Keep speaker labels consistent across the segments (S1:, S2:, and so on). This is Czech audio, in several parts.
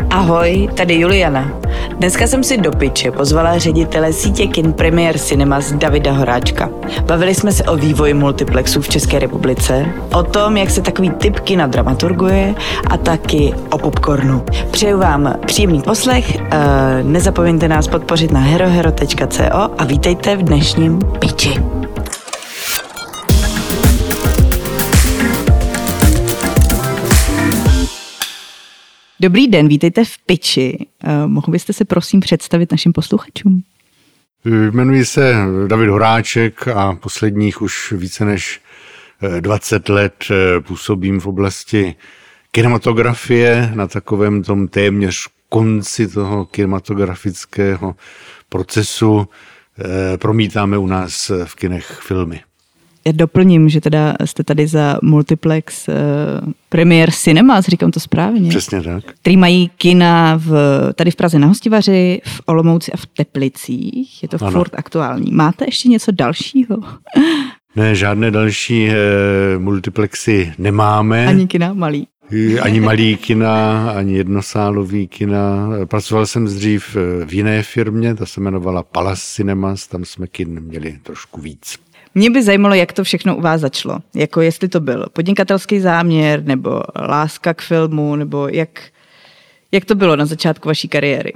S1: Ahoj, tady Juliana. Dneska jsem si do piče pozvala ředitele sítě kin Premier Cinemas Davida Horáčka. Bavili jsme se o vývoji multiplexů v České republice, o tom, jak se takový typ kina dramaturguje a taky o popcornu. Přeju vám příjemný poslech, nezapomeňte nás podpořit na herohero.co a vítejte v dnešním piči. Dobrý den, vítejte v piči. Mohl byste se prosím představit našim posluchačům?
S2: Jmenuji se David Horáček a posledních už více než 20 let působím v oblasti kinematografie na takovém tom téměř konci toho kinematografického procesu. Promítáme u nás v kinech filmy.
S1: Já doplním, že teda jste tady za multiplex Premier Cinemas, říkám to správně.
S2: Přesně tak.
S1: Který mají kina tady v Praze na Hostivaři, v Olomouci a v Teplicích. Je to furt aktuální. Máte ještě něco dalšího?
S2: Ne, žádné další multiplexy nemáme.
S1: Ani kina malý.
S2: Ani malý kina, ani jednosálový kina. Pracoval jsem dřív v jiné firmě, ta se jmenovala Palace Cinemas, tam jsme kin měli trošku víc.
S1: Mě by zajímalo, jak to všechno u vás začalo. Jako jestli to byl podnikatelský záměr, nebo láska k filmu, nebo jak to bylo na začátku vaší kariéry?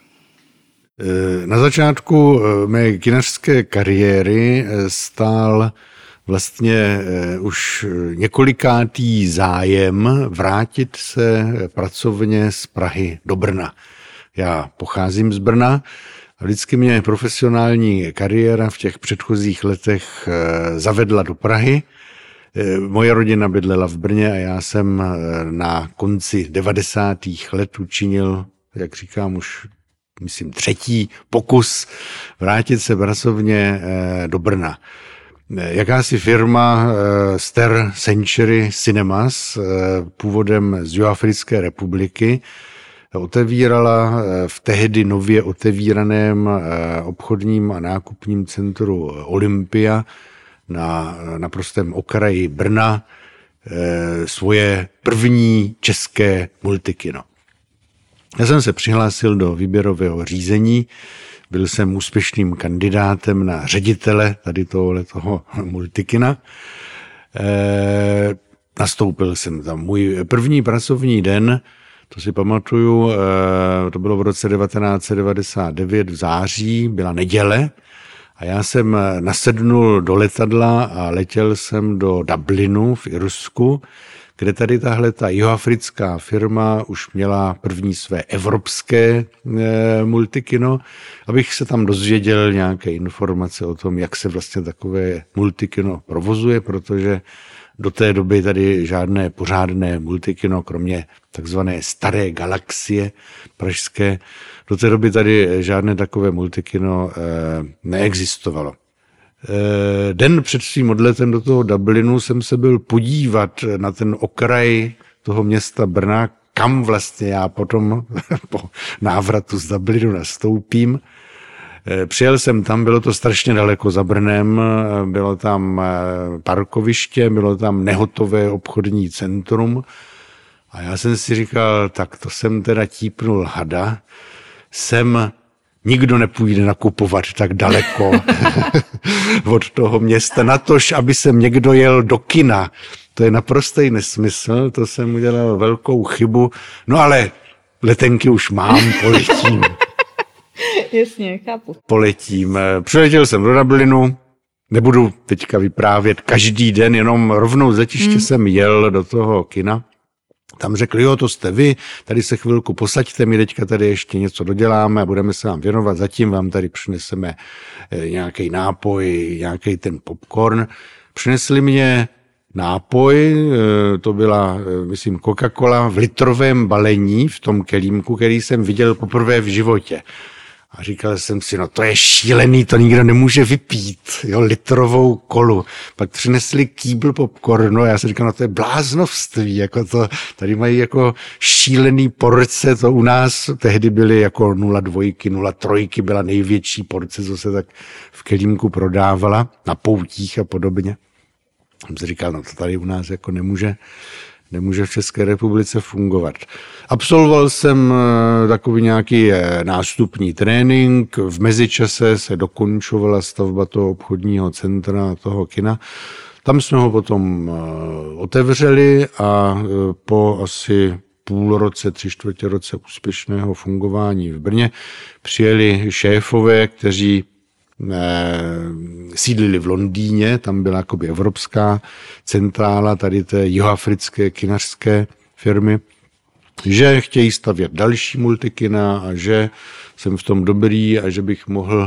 S2: Na začátku mé kinařské kariéry stál vlastně už několikátý zájem vrátit se pracovně z Prahy do Brna. Já pocházím z Brna. Vždycky mě profesionální kariéra v těch předchozích letech zavedla do Prahy. Moje rodina bydlela v Brně a já jsem na konci 90. let učinil, jak říkám, už myslím třetí pokus vrátit se pracovně do Brna. Jakási firma Star Century Cinemas, původem z Jihoafrické republiky, otevírala v tehdy nově otevíraném obchodním a nákupním centru Olympia na naprostém okraji Brna svoje první české multikino. Já jsem se přihlásil do výběrového řízení, byl jsem úspěšným kandidátem na ředitele tady tohoto multikina. Nastoupil jsem tam. Můj první pracovní den, to si pamatuju, to bylo v roce 1999 v září, byla neděle a já jsem nasednul do letadla a letěl jsem do Dublinu v Irsku, kde tady ta jihoafrická firma už měla první své evropské multikino, abych se tam dozvěděl nějaké informace o tom, jak se vlastně takové multikino provozuje, protože do té doby tady žádné pořádné multikino, kromě takzvané Staré galaxie pražské, do té doby tady žádné takové multikino neexistovalo. Den před svým odletem do toho Dublinu jsem se byl podívat na ten okraj toho města Brna, kam vlastně já potom po návratu z Dublinu nastoupím. Přijel jsem tam, bylo to strašně daleko za Brnem, bylo tam parkoviště, bylo tam nehotové obchodní centrum a já jsem si říkal, tak to jsem teda típnul hada, nikdo nepůjde nakupovat tak daleko od toho města, natož, aby sem někdo jel do kina. To je naprostý nesmysl, to jsem udělal velkou chybu, no ale letenky už mám, poletím.
S1: Jasně, chápu.
S2: Poletím. Přiletěl jsem do Dublinu, nebudu teďka vyprávět každý den, jenom rovnou z letiště jsem jel do toho kina. Tam řekli, jo, to jste vy, tady se chvilku posaďte, my teďka tady ještě něco doděláme a budeme se vám věnovat, zatím vám tady přineseme nějaký nápoj, nějaký ten popcorn. Přinesli mě nápoj, to byla, myslím, Coca-Cola v litrovém balení v tom kelímku, který jsem viděl poprvé v životě. A říkal jsem si, no to je šílený, to nikdo nemůže vypít, jo, litrovou kolu. Pak přinesli kýbl popcornu a já jsem říkal, no to je bláznovství, jako to, tady mají jako šílený porce, to u nás tehdy byly jako 0,2, 0,3 byla největší porce, co se tak v kelímku prodávala, na poutích a podobně. Jsem si říkal, no to tady u nás jako nemůže v České republice fungovat. Absolvoval jsem takový nějaký nástupní trénink, v mezičase se dokončovala stavba toho obchodního centra, toho kina. Tam jsme ho potom otevřeli a po asi půl roce, 3/4 roce úspěšného fungování v Brně přijeli šéfové, kteří sídlili v Londýně, tam byla jakoby evropská centrála tady té jihoafrické kinařské firmy, že chtějí stavět další multikina a že jsem v tom dobrý a že bych mohl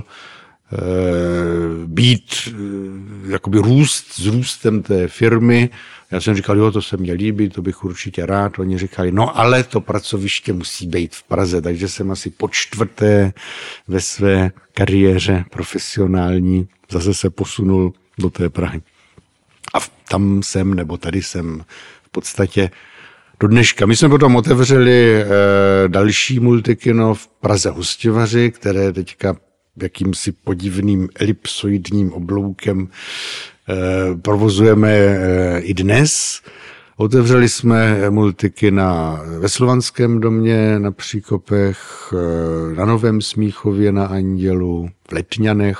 S2: být jakoby s růstem té firmy. Já jsem říkal, jo, to se mně líbí, to bych určitě rád. Oni říkali, no ale to pracoviště musí být v Praze, takže jsem asi po 4. ve své kariéře profesionální zase se posunul do té Prahy. A tam jsem, nebo tady jsem v podstatě do dneška. My jsme potom otevřeli další multikino v Praze Hostivaři, které teďka jakýmsi podivným elipsoidním obloukem provozujeme i dnes. Otevřeli jsme multikina ve Slovanském domě, na Příkopech, na Novém Smíchově, na Andělu, v Letňanech,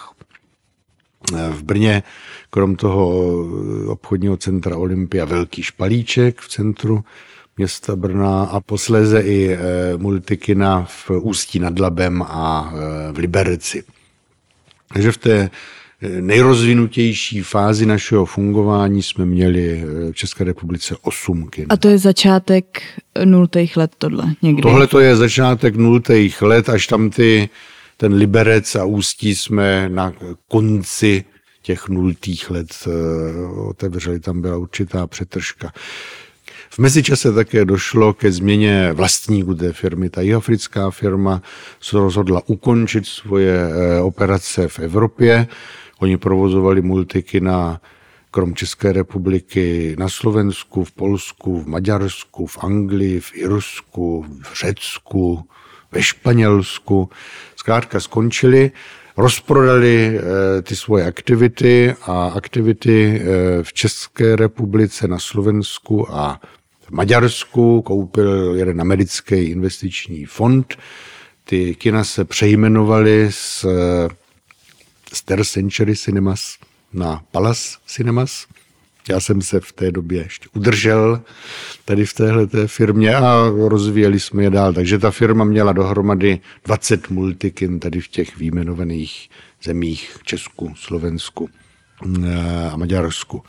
S2: v Brně, krom toho obchodního centra Olympia Velký Špalíček v centru města Brna a posléze i multikina v Ústí nad Labem a v Liberci. Takže v té nejrozvinutější fázi našeho fungování jsme měli v České republice 8 kin.
S1: A to je začátek 0. let tohle někdy?
S2: Tohle to je začátek 0. let, až tam ten Liberec a Ústí jsme na konci těch 0. let otevřeli, tam byla určitá přetržka. V mezičase také došlo ke změně vlastníků té firmy. Ta jihoafrická firma se rozhodla ukončit svoje operace v Evropě. Oni provozovali multikina krom České republiky na Slovensku, v Polsku, v Maďarsku, v Anglii, v Irsku, v Řecku, ve Španělsku. Zkrátka skončili, rozprodali ty svoje aktivity a aktivity v České republice, na Slovensku a v Maďarsku koupil jeden americký investiční fond. Ty kina se přejmenovaly z Star Century Cinemas na Palace Cinemas. Já jsem se v té době ještě udržel tady v téhleté firmě a rozvíjeli jsme je dál. Takže ta firma měla dohromady 20 multikin tady v těch výjmenovaných zemích Česku, Slovensku a Maďarsku.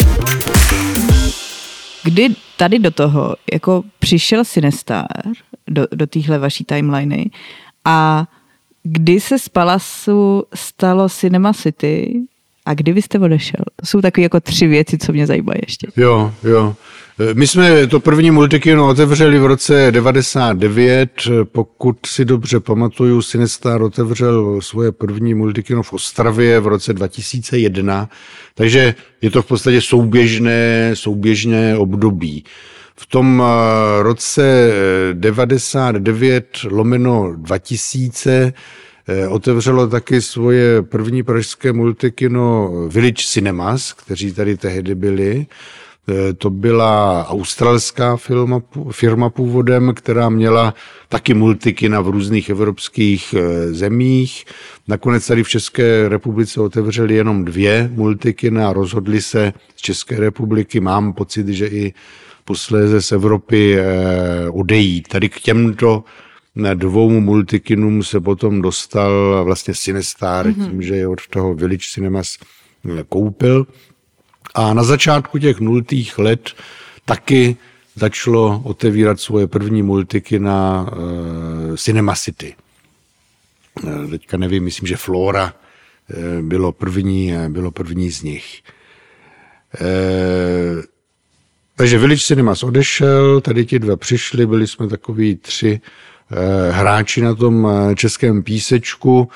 S1: Kdy tady do toho jako přišel Cinestar, do téhle vaší timeliny a kdy se z Palasu stalo Cinema City a kdy vy jste odešel? To jsou takové jako 3 věci, co mě zajímají ještě.
S2: Jo. My jsme to první multikino otevřeli v roce 99. Pokud si dobře pamatuju, Cinestar otevřel svoje první multikino v Ostravě v roce 2001. Takže je to v podstatě souběžné období. V tom roce 99/2000 otevřelo taky svoje první pražské multikino Village Cinemas, kteří tady tehdy byli. To byla australská firma původem, která měla taky multikina v různých evropských zemích. Nakonec tady v České republice otevřeli jenom 2 multikina a rozhodli se z České republiky, mám pocit, že i posléze z Evropy odejít. Tady k těmto 2 multikinům se potom dostal vlastně Cinestar, tím, že je od toho Village Cinemas koupil. A na začátku těch 0. let taky začalo otevírat svoje první multikina Cinema City. Teďka nevím, myslím, že Flora bylo první z nich. Takže Village Cinemas odešel, tady ti 2 přišli, byli jsme takový 3 hráči na tom českém písečku.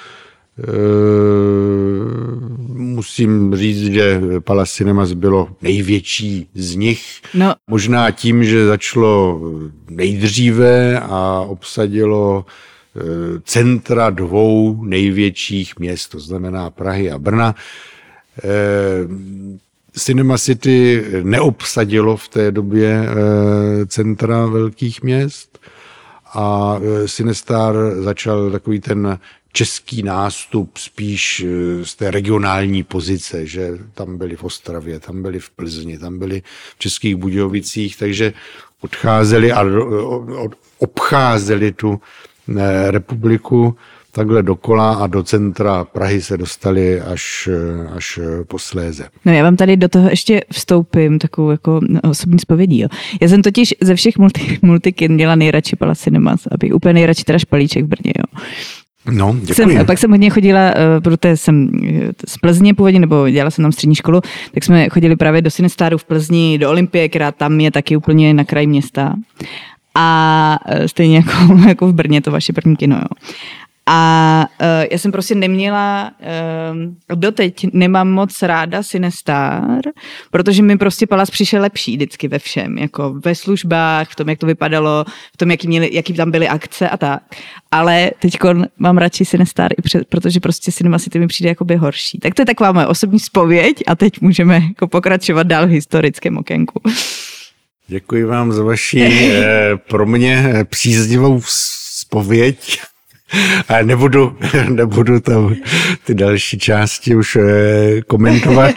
S2: Musím říct, že Palace Cinemas bylo největší z nich. No. Možná tím, že začalo nejdříve a obsadilo centra 2 největších měst, to znamená Prahy a Brna. Cinema City neobsadilo v té době centra velkých měst a Cinestar začal takový ten český nástup spíš z té regionální pozice, že tam byli v Ostravě, tam byli v Plzni, tam byli v Českých Budějovicích, takže odcházeli a obcházeli tu republiku takhle dokola a do centra Prahy se dostali až posléze.
S1: No já vám tady do toho ještě vstoupím takovou jako osobní zpovědí. Jo. Já jsem totiž ze všech multikin měla nejradši Palace Cinemas, abych úplně nejradši teda Špalíček v Brně. Jo.
S2: No, děkuji.
S1: Pak jsem hodně chodila, protože jsem z Plzně původně, nebo dělala jsem tam střední školu, tak jsme chodili právě do Cinestaru v Plzni, do Olympie, která tam je taky úplně na kraji města. A stejně jako v Brně, to vaše první kino. Jo. A já jsem prostě neměla, doteď nemám moc ráda Cinestar, protože mi prostě Palace přišel lepší vždycky ve všem, jako ve službách, v tom, jak to vypadalo, v tom, jaký tam byly akce a tak. Ale teďko mám radši Cinestar, protože prostě Cinema City mi přijde jakoby horší. Tak to je taková moje osobní zpověď a teď můžeme jako pokračovat dál v historickém okénku.
S2: Děkuji vám za vaši pro mě příznivou zpověď. A nebudu tam ty další části už komentovat.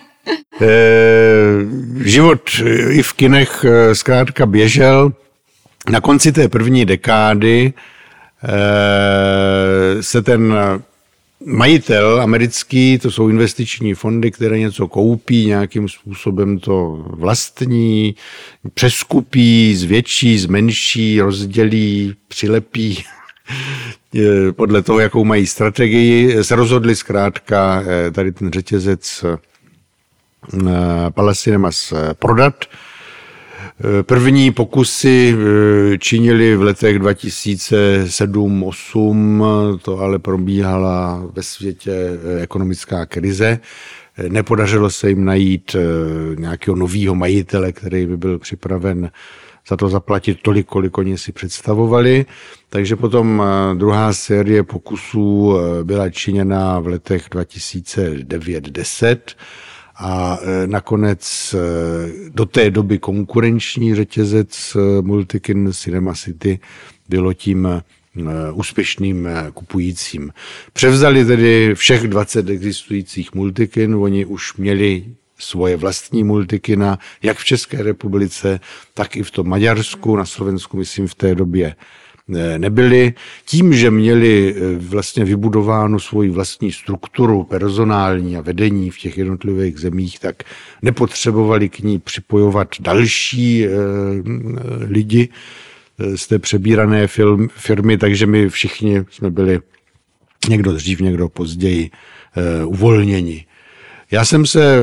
S2: Život i v kinech zkrátka běžel. Na konci té první dekády se ten majitel americký, to jsou investiční fondy, které něco koupí, nějakým způsobem to vlastní, přeskupí, zvětší, zmenší, rozdělí, přilepí. Podle toho, jakou mají strategii, se rozhodli zkrátka tady ten řetězec Palace Cinemas prodat. První pokusy činili v letech 2007-2008, to ale probíhala ve světě ekonomická krize. Nepodařilo se jim najít nějakého nového majitele, který by byl připraven za to zaplatit tolik, kolik oni si představovali. Takže potom druhá série pokusů byla činěna v letech 2009-10 a nakonec do té doby konkurenční řetězec Multikin Cinema City bylo tím úspěšným kupujícím. Převzali tedy všech 20 existujících multikin, oni už měli svoje vlastní multikina, jak v České republice, tak i v tom Maďarsku, na Slovensku, myslím, v té době nebyli. Tím, že měli vlastně vybudováno svoji vlastní strukturu personální a vedení v těch jednotlivých zemích, tak nepotřebovali k ní připojovat další lidi z té přebírané firmy, takže my všichni jsme byli někdo dřív, někdo později uvolněni. Já jsem se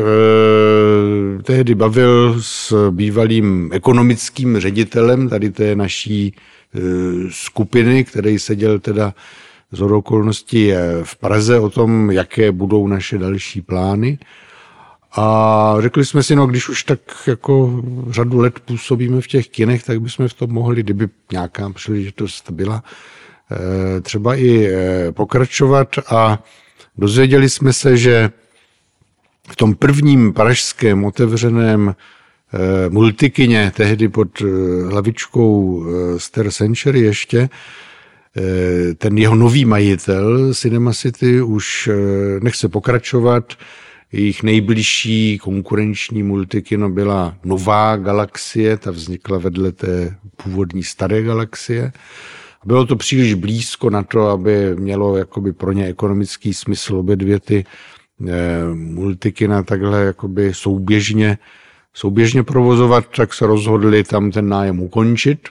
S2: tehdy bavil s bývalým ekonomickým ředitelem tady té naší skupiny, který seděl teda shodou okolností v Praze o tom, jaké budou naše další plány. A řekli jsme si, no když už tak jako řadu let působíme v těch kinech, tak bychom v tom mohli, kdyby nějaká příležitost byla, třeba i pokračovat. A dozvěděli jsme se, že v tom prvním pražském otevřeném multikině, tehdy pod hlavičkou Star Century ještě, ten jeho nový majitel Cinema City už nechce pokračovat. Jejich nejbližší konkurenční multikino byla Nová galaxie, ta vznikla vedle té původní Staré galaxie. Bylo to příliš blízko na to, aby mělo jakoby pro ně ekonomický smysl obě dvě ty multikina takhle jakoby souběžně provozovat, tak se rozhodli tam ten nájem ukončit.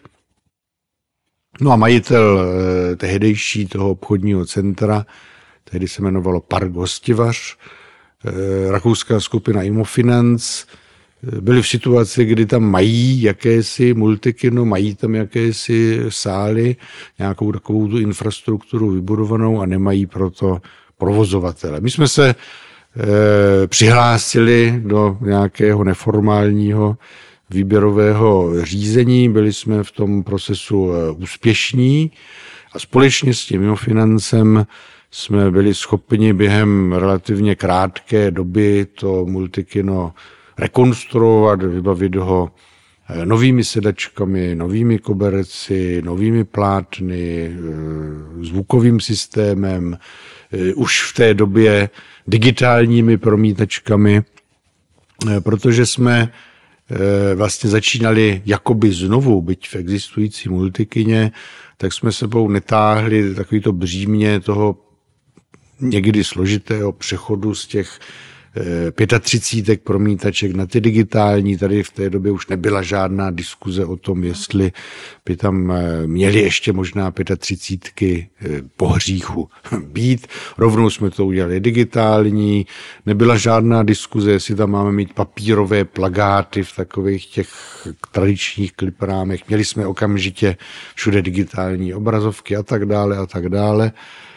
S2: No a majitel tehdejší toho obchodního centra, tehdy se jmenovalo Park Hostivař, rakouská skupina Immofinanz, byli v situaci, kdy tam mají jakési multikino, mají tam jakési sály, nějakou takovou tu infrastrukturu vybudovanou a nemají proto provozovatele. My jsme se přihlásili do nějakého neformálního výběrového řízení, byli jsme v tom procesu úspěšní a společně s tím Immofinancem jsme byli schopni během relativně krátké doby to multikino rekonstruovat, vybavit ho novými sedačkami, novými koberci, novými plátny, zvukovým systémem, už v té době digitálními promítačkami, protože jsme vlastně začínali jakoby znovu, byť v existující multikině, tak jsme sebou netáhli takovýto břímě toho někdy složitého přechodu z těch 35 promítaček na ty digitální. Tady v té době už nebyla žádná diskuze o tom, jestli by tam měly ještě možná 35 po hříchu být. Rovnou jsme to udělali digitální. Nebyla žádná diskuze, jestli tam máme mít papírové plagáty v takových těch tradičních kliprámech. Měli jsme okamžitě všude digitální obrazovky a tak dále a tak dále.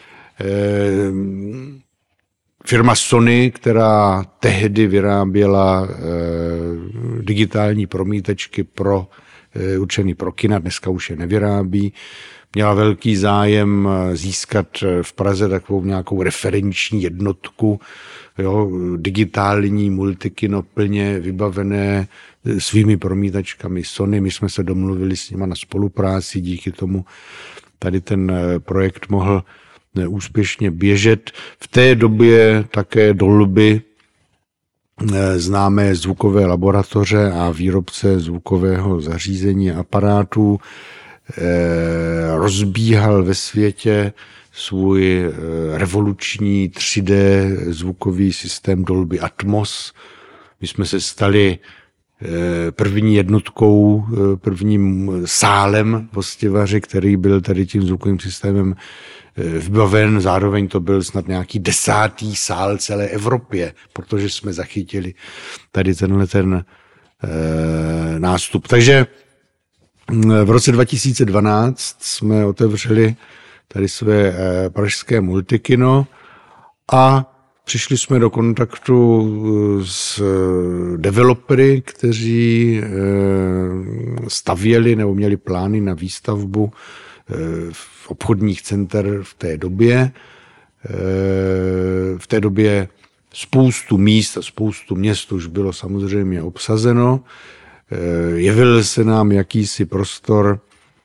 S2: Firma Sony, která tehdy vyráběla digitální promítačky určený pro kina, dneska už je nevyrábí, měla velký zájem získat v Praze takovou nějakou referenční jednotku, digitální multikino plně vybavené svými promítačkami Sony. My jsme se domluvili s nima na spolupráci, díky tomu tady ten projekt mohl úspěšně běžet. V té době také Dolby, známé zvukové laboratoře a výrobce zvukového zařízení a aparátů, rozbíhal ve světě svůj revoluční 3D zvukový systém Dolby Atmos. My jsme se stali první jednotkou, prvním sálem Hostivaře, který byl tady tím zvukovým systémem vybaven. Zároveň to byl snad nějaký 10. sál celé Evropě, protože jsme zachytili tady ten nástup. Takže v roce 2012 jsme otevřeli tady své pražské multikino a přišli jsme do kontaktu s developery, kteří stavěli nebo měli plány na výstavbu v obchodních center v té době. V té době spoustu míst a spoustu měst už bylo samozřejmě obsazeno. Jevil se nám jakýsi prostor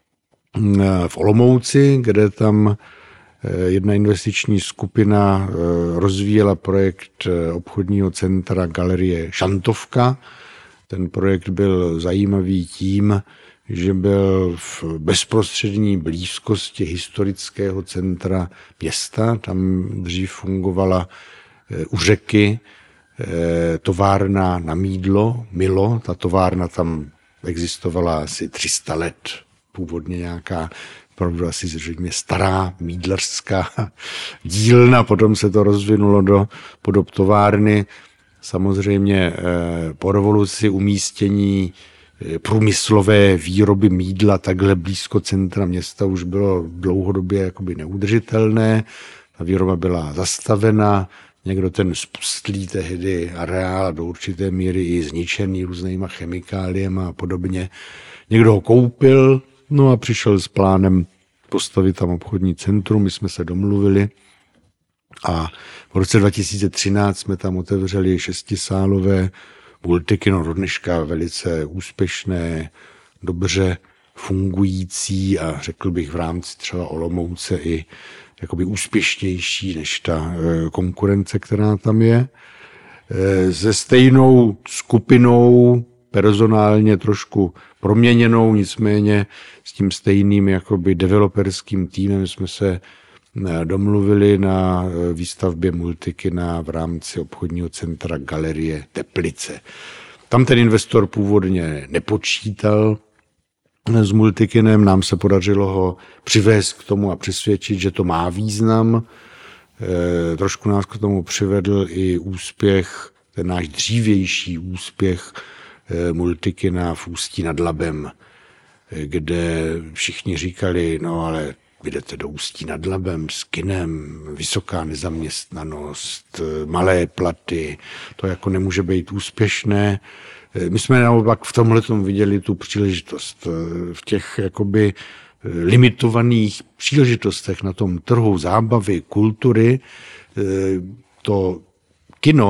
S2: v Olomouci, kde tam jedna investiční skupina rozvíjela projekt obchodního centra Galerie Šantovka. Ten projekt byl zajímavý tím, že byl v bezprostřední blízkosti historického centra města. Tam dřív fungovala u řeky továrna na mýdlo, Milo. Ta továrna tam existovala asi 300 let. Původně nějaká opravdu asi zřejmě stará mýdlařská dílna, potom se to rozvinulo do podob továrny. Samozřejmě po revoluci umístění průmyslové výroby mýdla takhle blízko centra města už bylo dlouhodobě jakoby neudržitelné. Ta výroba byla zastavena, někdo ten spustlý tehdy areál do určité míry i zničený různýma chemikáliemi a podobně. Někdo ho koupil, no a přišel s plánem postavit tam obchodní centrum, my jsme se domluvili a v roce 2013 jsme tam otevřeli 6sálové multikino, do dneška velice úspěšné, dobře fungující a řekl bych v rámci třeba Olomouce i jakoby úspěšnější než ta konkurence, která tam je. Se stejnou skupinou, personálně trošku proměněnou, nicméně s tím stejným jakoby developerským týmem jsme se domluvili na výstavbě multikina v rámci obchodního centra Galerie Teplice. Tam ten investor původně nepočítal s multikinem, nám se podařilo ho přivést k tomu a přesvědčit, že to má význam. Trošku nás k tomu přivedl i úspěch, ten náš dřívější úspěch multikina v Ústí nad Labem, kde všichni říkali, no ale jdete do Ústí nad Labem s kinem, vysoká nezaměstnanost, malé platy, to jako nemůže být úspěšné. My jsme naopak v tomhletom viděli tu příležitost. V těch jakoby limitovaných příležitostech na tom trhu zábavy, kultury, to kino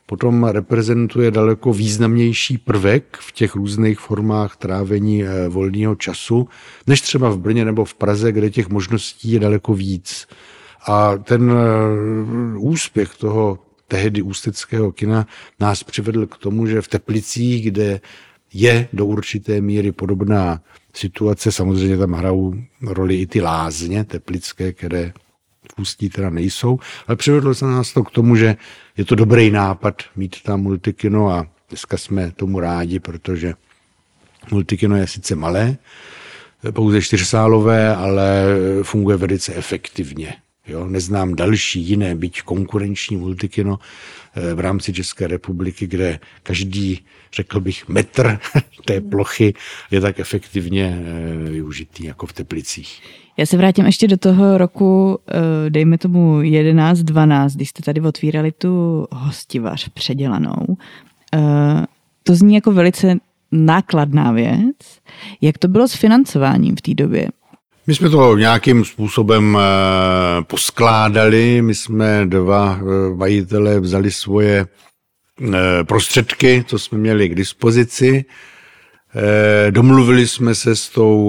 S2: potom reprezentuje daleko významnější prvek v těch různých formách trávení volného času, než třeba v Brně nebo v Praze, kde těch možností je daleko víc. A ten úspěch toho tehdy ústeckého kina nás přivedl k tomu, že v Teplicích, kde je do určité míry podobná situace, samozřejmě tam hrajou roli i ty lázně teplické, které v Ústí teda nejsou, ale přivedlo se nás to k tomu, že je to dobrý nápad mít tam multikino a dneska jsme tomu rádi, protože multikino je sice malé, pouze 4sálové, ale funguje velice efektivně. Jo, neznám další jiné, byť konkurenční multikino v rámci České republiky, kde každý, řekl bych, metr té plochy je tak efektivně využitý jako v Teplicích.
S1: Já se vrátím ještě do toho roku, dejme tomu 11-12, když jste tady otvírali tu hostivař předělanou. To zní jako velice nákladná věc. Jak to bylo s financováním v té době?
S2: My jsme to nějakým způsobem poskládali, my jsme 2 majitelé vzali svoje prostředky, co jsme měli k dispozici, domluvili jsme se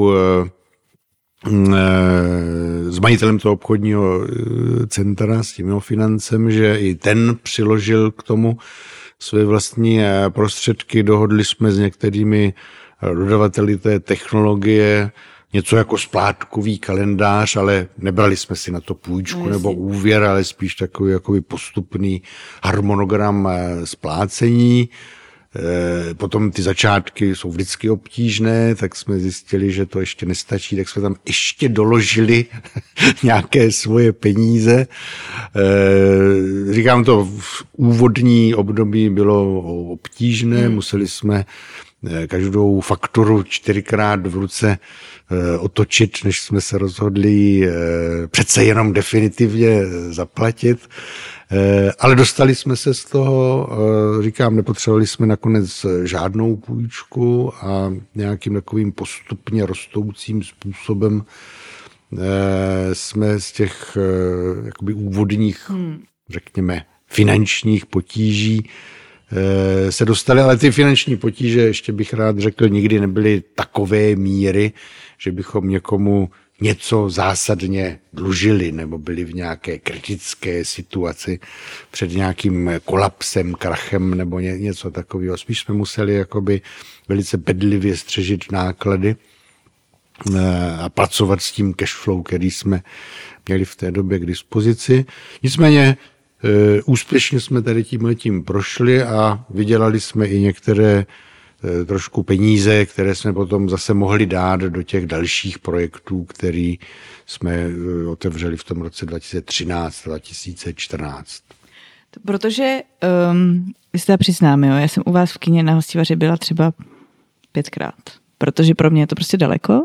S2: s majitelem toho obchodního centra, s tím jeho financem, že i ten přiložil k tomu své vlastní prostředky, dohodli jsme s některými dodavateli té technologie, něco jako splátkový kalendář, ale nebrali jsme si na to půjčku nebo úvěr, ale spíš takový jakoby postupný harmonogram splácení. Potom ty začátky jsou vždycky obtížné, tak jsme zjistili, že to ještě nestačí, tak jsme tam ještě doložili nějaké svoje peníze. Říkám to, v úvodní období bylo obtížné, museli jsme každou fakturu 4krát v ruce otočit, než jsme se rozhodli přece jenom definitivně zaplatit. Ale dostali jsme se z toho, říkám, nepotřebovali jsme nakonec žádnou půjčku a nějakým takovým postupně rostoucím způsobem jsme z těch jakoby úvodních, řekněme, finančních potíží se dostali, ale ty finanční potíže, ještě bych rád řekl, nikdy nebyly takové míry, že bychom někomu něco zásadně dlužili nebo byli v nějaké kritické situaci před nějakým kolapsem, krachem nebo něco takového. Spíš jsme museli jakoby velice bedlivě střežit náklady a pracovat s tím cashflow, který jsme měli v té době k dispozici. Nicméně úspěšně jsme tady tímhletím prošli a vydělali jsme i některé trošku peníze, které jsme potom zase mohli dát do těch dalších projektů, které jsme otevřeli v tom roce 2013-2014.
S1: Protože vy jste přiznám, jo, já jsem u vás v kině na Hostivaři byla třeba 5krát, protože pro mě je to prostě daleko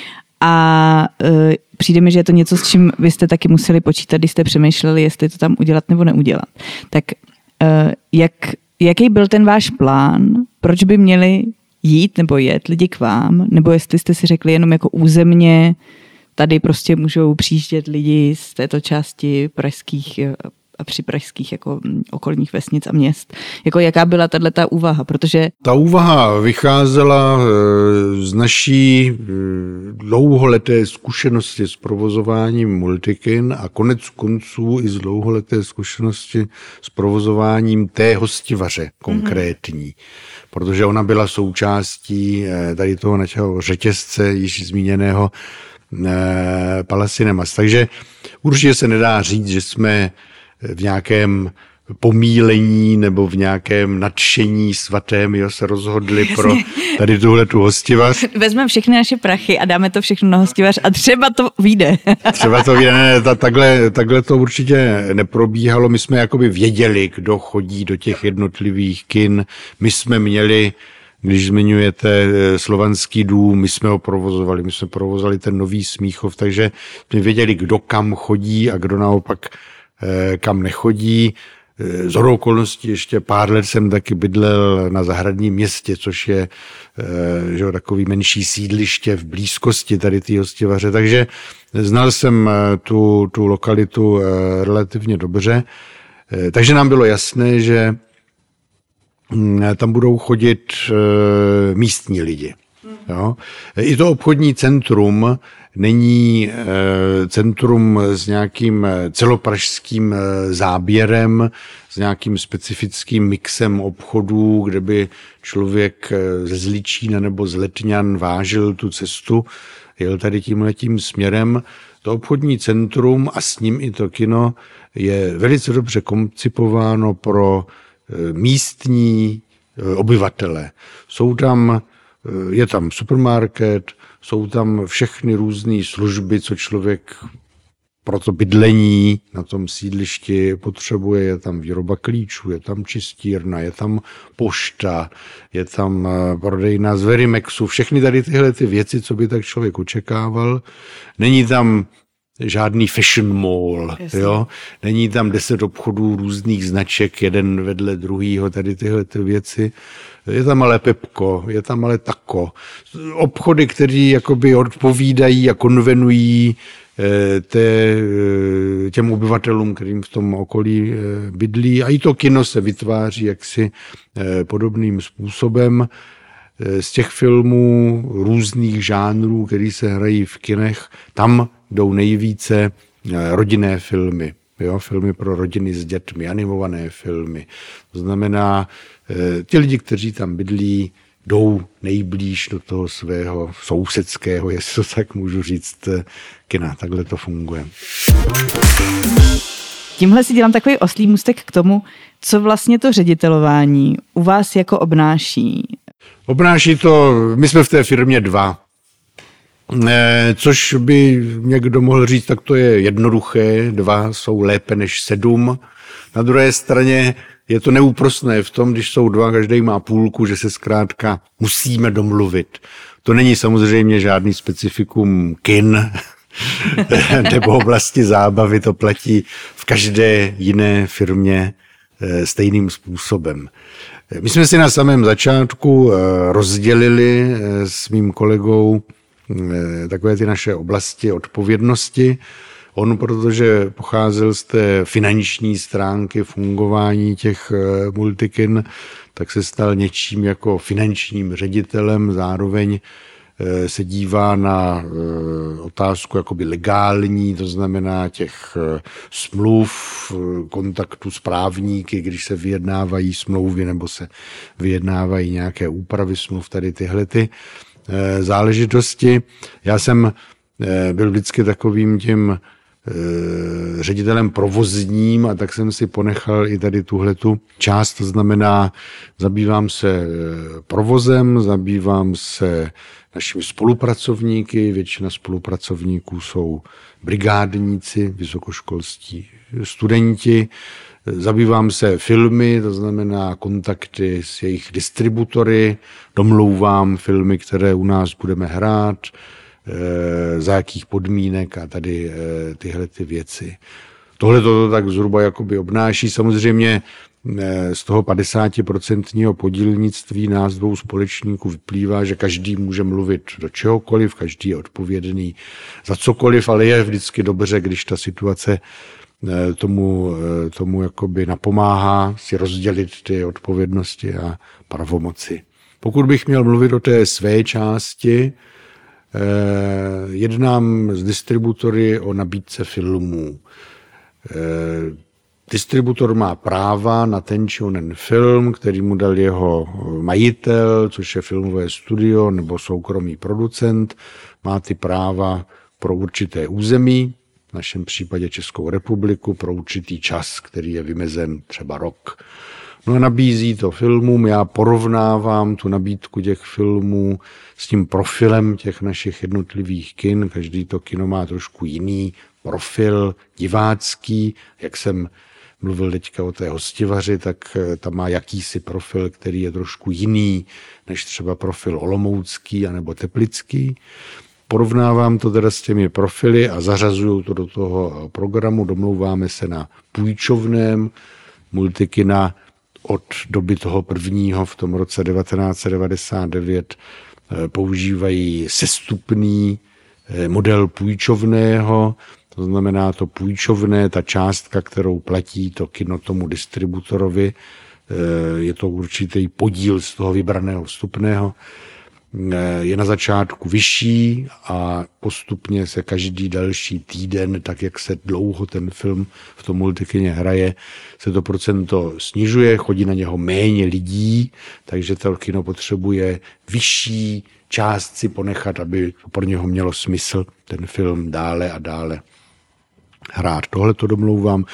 S1: a přijde mi, že je to něco, s čím vy jste taky museli počítat, když jste přemýšleli, jestli to tam udělat nebo neudělat. Tak jaký byl ten váš plán, proč by měli jít nebo jet lidi k vám, nebo jestli jste si řekli jenom jako územně, tady prostě můžou přijíždět lidi z této části pražských a připražských jako okolních vesnic a měst. Jako jaká byla tato úvaha, protože... Ta
S2: úvaha vycházela z naší dlouholeté zkušenosti s provozováním multikin a konec konců i z dlouholeté zkušenosti s provozováním té hostivaře konkrétní. Protože ona byla součástí tady toho našeho řetězce již zmíněného Palace Cinemas. Takže určitě se nedá říct, že jsme v nějakém pomílení nebo v nějakém nadšení svatém se rozhodli pro tady tuhletu hostivař.
S1: Vezmeme všechny naše prachy a dáme to všechno na hostivař a třeba to vyjde.
S2: Třeba to vyjde, takhle to určitě neprobíhalo. My jsme jakoby věděli, kdo chodí do těch jednotlivých kin. My jsme měli, když zmiňujete Slovanský dům, my jsme ho provozovali. My jsme provozovali ten Nový Smíchov, takže jsme věděli, kdo kam chodí a kdo naopak kam nechodí. Shodou okolností ještě pár let jsem taky bydlel na Zahradním Městě, což je že, takový menší sídliště v blízkosti tady té hostivaře, takže znal jsem tu lokalitu relativně dobře. Takže nám bylo jasné, že tam budou chodit místní lidi. Jo? I to obchodní centrum není centrum s nějakým celopražským záběrem, s nějakým specifickým mixem obchodů, kde by člověk ze Zličína nebo z Letňan vážil tu cestu, jel tady tímhletím směrem. To obchodní centrum a s ním i to kino je velice dobře koncipováno pro místní obyvatele. Je tam supermarket, jsou tam všechny různé služby, co člověk pro to bydlení na tom sídlišti potřebuje. Je tam výroba klíčů, je tam čistírna, je tam pošta, je tam prodejna z Verimexu, všechny tady tyhle ty věci, co by tak člověk očekával. Není tam žádný fashion mall, jo? Není tam 10 obchodů různých značek, jeden vedle druhýho, tady tyhle ty věci. Je tam ale Pepko, je tam ale Tako. Obchody, které jakoby odpovídají a konvenují těm obyvatelům, kterým v tom okolí bydlí. A i to kino se vytváří jaksi podobným způsobem. Z těch filmů různých žánrů, které se hrají v kinech, tam jdou nejvíce rodinné filmy. Jo, filmy pro rodiny s dětmi, animované filmy. To znamená, ti lidi, kteří tam bydlí, jdou nejblíž do toho svého sousedského, jestli to tak můžu říct, kina. Takhle to funguje.
S1: Tímhle si dělám takový oslý můstek k tomu, co vlastně to ředitelování u vás jako obnáší.
S2: Obnáší to, my jsme v té firmě 2. Což by někdo mohl říct, tak to je jednoduché, 2 jsou lépe než 7. Na druhé straně je to neúprosné v tom, když jsou 2, každý má půlku, že se zkrátka musíme domluvit. To není samozřejmě žádný specifikum kin nebo oblasti zábavy, to platí v každé jiné firmě stejným způsobem. My jsme si na samém začátku rozdělili s mým kolegou takové ty naše oblasti odpovědnosti. On, protože pocházel z té finanční stránky fungování těch multikin, tak se stal něčím jako finančním ředitelem, zároveň se dívá na otázku jakoby legální, to znamená těch smluv, kontaktu s právníky, když se vyjednávají smlouvy nebo se vyjednávají nějaké úpravy smluv, tady tyhle ty záležitosti. Já jsem byl vždycky takovým tím ředitelem provozním a tak jsem si ponechal i tady tuhletu část, to znamená, zabývám se provozem, zabývám se našimi spolupracovníky, většina spolupracovníků jsou brigádníci, vysokoškolští studenti, zabývám se filmy, to znamená kontakty s jejich distributory, domlouvám filmy, které u nás budeme hrát, za jakých podmínek a tady tyhle ty věci. Tohle to tak zhruba jakoby obnáší. Samozřejmě z toho 50% podílnictví nás 2 společníků vyplývá, že každý může mluvit do čehokoliv, každý je odpovědný za cokoliv, ale je vždycky dobře, když ta situace tomu jakoby napomáhá si rozdělit ty odpovědnosti a pravomoci. Pokud bych měl mluvit o té své části, jednám s distributory o nabídce filmů. Distributor má práva na ten či onen film, který mu dal jeho majitel, což je filmové studio nebo soukromý producent. Má ty práva pro určité území, v našem případě Českou republiku, pro určitý čas, který je vymezen třeba rok. No a nabízí to filmům, já porovnávám tu nabídku těch filmů s tím profilem těch našich jednotlivých kin. Každý to kino má trošku jiný profil divácký. Jak jsem mluvil teďka o té Hostivaři, tak tam má jakýsi profil, který je trošku jiný než třeba profil olomoucký anebo teplický. Porovnávám to teda s těmi profily a zařazuju to do toho programu. Domlouváme se na půjčovném multikina od doby toho prvního v tom roce 1999 používají sestupný model půjčovného, to znamená to půjčovné, ta částka, kterou platí to kino tomu distributorovi, je to určitý podíl z toho vybraného vstupného, je na začátku vyšší a postupně se každý další týden, tak jak se dlouho ten film v tom multikině hraje, se to procento snižuje, chodí na něho méně lidí, takže to kino potřebuje vyšší část si ponechat, aby pro něho mělo smysl ten film dále a dále hrát. Tohle to domlouvám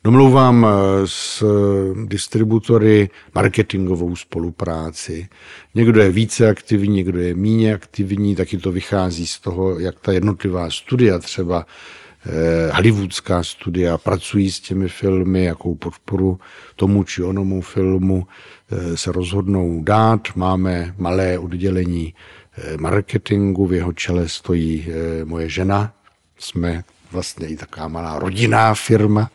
S2: s distributory marketingovou spolupráci. Někdo je více aktivní, někdo je méně aktivní, taky to vychází z toho, jak ta jednotlivá studia, třeba hollywoodská studia, pracují s těmi filmy, jakou podporu tomu či onomu filmu se rozhodnou dát. Máme malé oddělení marketingu, v jeho čele stojí moje žena, jsme vlastně i taková malá rodinná firma.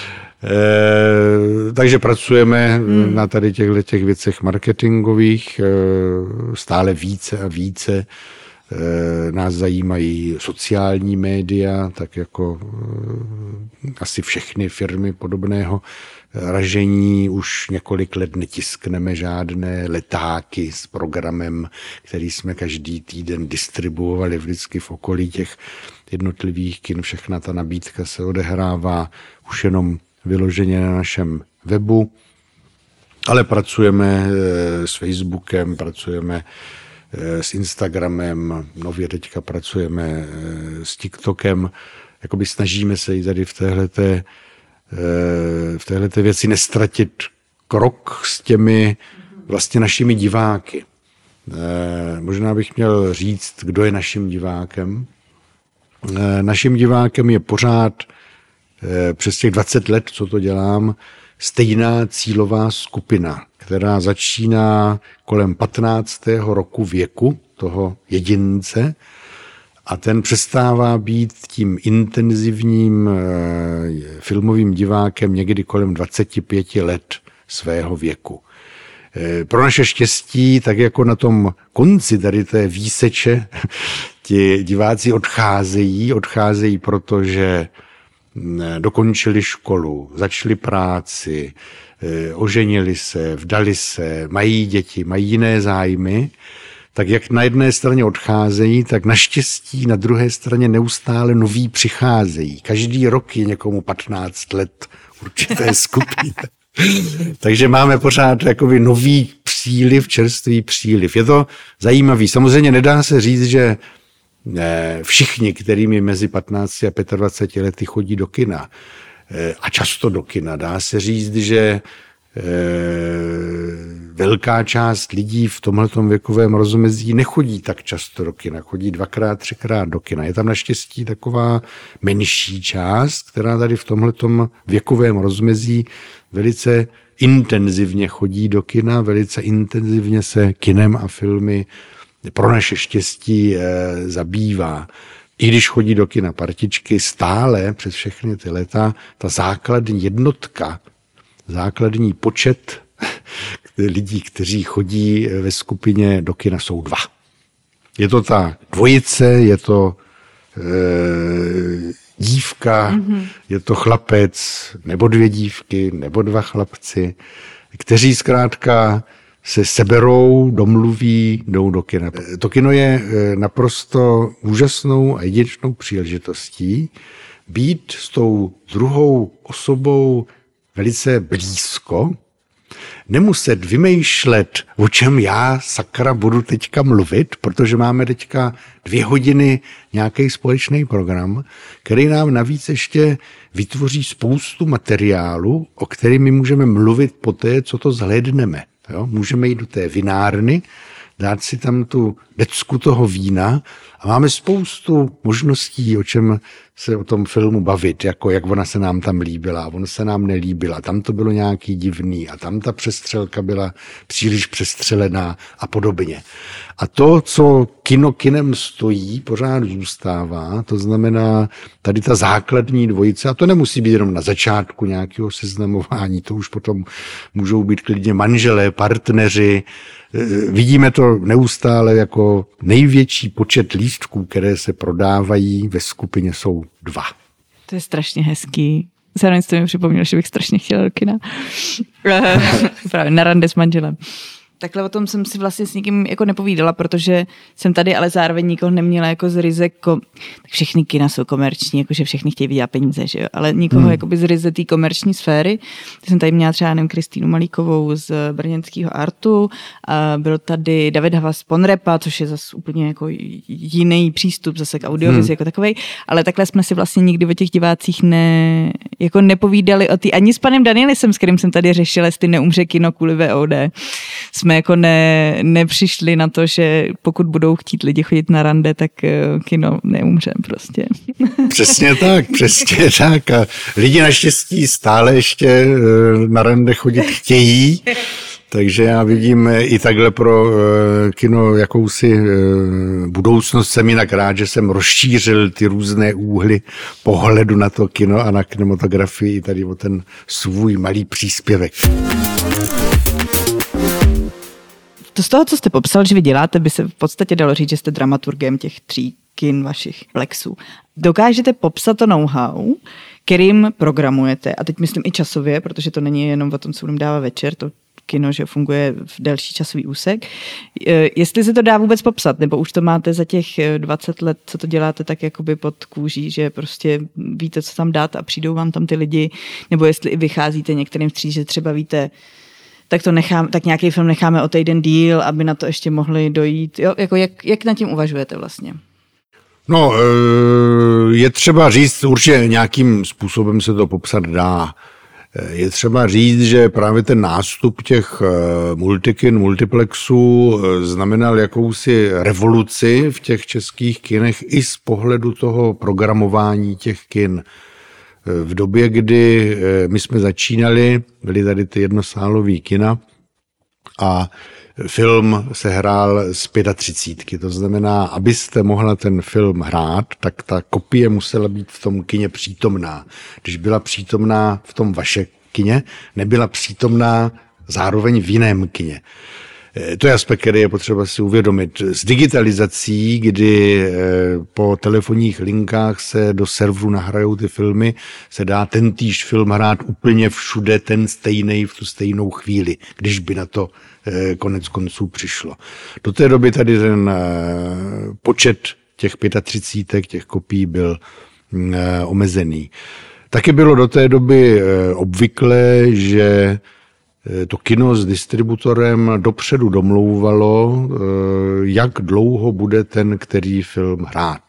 S2: Takže pracujeme na tady těch věcech marketingových stále více a více. Nás zajímají sociální média, tak jako asi všechny firmy podobného ražení. Už několik let netiskneme žádné letáky s programem, který jsme každý týden distribuovali vždycky v okolí těch jednotlivých kin. Všechna ta nabídka se odehrává už jenom vyloženě na našem webu, ale pracujeme s Facebookem, pracujeme s Instagramem, nově teďka pracujeme s TikTokem. Jakoby snažíme se i tady v téhleté věci nestratit krok s těmi vlastně našimi diváky. Možná bych měl říct, kdo je naším divákem. Naším divákem je pořád přes těch 20 let, co to dělám, stejná cílová skupina, která začíná kolem 15. roku věku toho jedince a ten přestává být tím intenzivním filmovým divákem někdy kolem 25 let svého věku. Pro naše štěstí, tak jako na tom konci tady té výseče, ti diváci odcházejí, protože dokončili školu, začali práci, oženili se, vdali se, mají děti, mají jiné zájmy, tak jak na jedné straně odcházejí, tak naštěstí na druhé straně neustále noví přicházejí. Každý rok je někomu 15 let určité skupině. Takže máme pořád jakoby nový příliv, čerstvý příliv. Je to zajímavý. Samozřejmě nedá se říct, že všichni, kterými mezi 15 a 25 lety chodí do kina a často do kina, dá se říct, že velká část lidí v tomhletom věkovém rozmezí nechodí tak často do kina, chodí 2x, 3x do kina. Je tam naštěstí taková menší část, která tady v tomhletom věkovém rozmezí velice intenzivně chodí do kina, velice intenzivně se kinem a filmy pro naše štěstí zabývá. I když chodí do kina partičky, stále přes všechny ty leta ta základní jednotka, základní počet lidí, kteří chodí ve skupině do kina, jsou 2. Je to ta dvojice, je to dívka, je to chlapec, nebo 2 dívky, nebo 2 chlapci, kteří zkrátka se seberou, domluví, jdou do kina. To kino je naprosto úžasnou a jedinečnou příležitostí být s tou druhou osobou velice blízko, nemuset vymýšlet, o čem já, sakra, budu teďka mluvit, protože máme teďka 2 hodiny nějaký společný program, který nám navíc ještě vytvoří spoustu materiálu, o kterém my můžeme mluvit poté, co to zhlédneme. Jo? Můžeme jít do té vinárny, dát si tam tu decku toho vína a máme spoustu možností, o čem se o tom filmu bavit, jako jak ona se nám tam líbila, ona se nám nelíbila, tam to bylo nějaký divný a tam ta přestřelka byla příliš přestřelená a podobně. A to, co kinem stojí, pořád zůstává, to znamená tady ta základní dvojice, a to nemusí být jenom na začátku nějakého seznamování, to už potom můžou být klidně manželé, partneři. Vidíme to neustále jako největší počet lístků, které se prodávají ve skupině, jsou 2.
S1: To je strašně hezký. Zároveň jste mi připomněl, že bych strašně chtěla do kina. Právě na rande s manželem. Takhle o tom jsem si vlastně s nikým jako nepovídala, protože jsem tady, ale zároveň nikoho neměla jako z ryze, tak všechny kina jsou komerční, jakože všechny chtějí vydělat peníze, že jo? Ale nikoho jakoby z ryze té komerční sféry. Jsem tady měla třeba, nevím, Kristýnu Malíkovou z brněnského Artu, a byl tady David Havas z Ponrepa, což je zase úplně jako jiný přístup zase k audiovizi jako takovej, ale takhle jsme si vlastně nikdy o těch divácích jako nepovídali o ty, ani s panem Danielisem, s kterým jsem tady řešila, jestli neumře kino kvůli VOD. Jsme jako nepřišli na to, že pokud budou chtít lidi chodit na rande, tak kino neumře prostě.
S2: Přesně tak. A lidi naštěstí stále ještě na rande chodit chtějí, takže já vidím i takhle pro kino jakousi budoucnost. Jsem jinak rád, že jsem rozšířil ty různé úhly pohledu na to kino a na kinematografii i tady o ten svůj malý příspěvek.
S1: To z toho, co jste popsal, že vy děláte, by se v podstatě dalo říct, že jste dramaturgem těch 3 kin vašich plexů. Dokážete popsat to know-how, kterým programujete, a teď myslím i časově, protože to není jenom o tom, co budeme dávat večer, to kino, že funguje v delší časový úsek. Jestli se to dá vůbec popsat, nebo už to máte za těch 20 let, co to děláte tak jakoby pod kůží, že prostě víte, co tam dát a přijdou vám tam ty lidi, nebo jestli i vycházíte některým vstříc, že třeba víte, tak nějaký film necháme o týden díl, aby na to ještě mohli dojít. Jo, jako jak nad tím uvažujete vlastně?
S2: No, je třeba říct, určitě nějakým způsobem se to popsat dá. Je třeba říct, že právě ten nástup těch multikin, multiplexů znamenal jakousi revoluci v těch českých kinech i z pohledu toho programování těch kin. V době, kdy my jsme začínali, byly tady ty jednosálový kina a film se hrál z 35. To znamená, abyste mohla ten film hrát, tak ta kopie musela být v tom kině přítomná. Když byla přítomná v tom vaše kině, nebyla přítomná zároveň v jiném kině. To je aspekt, který je potřeba si uvědomit. S digitalizací, kdy po telefonních linkách se do serveru nahrajou ty filmy, se dá tentýž film hrát úplně všude, ten stejnej v tu stejnou chvíli, když by na to konec konců přišlo. Do té doby tady ten počet těch 35, těch kopií byl omezený. Taky bylo do té doby obvyklé, že to kino s distributorem dopředu domlouvalo, jak dlouho bude ten který film hrát.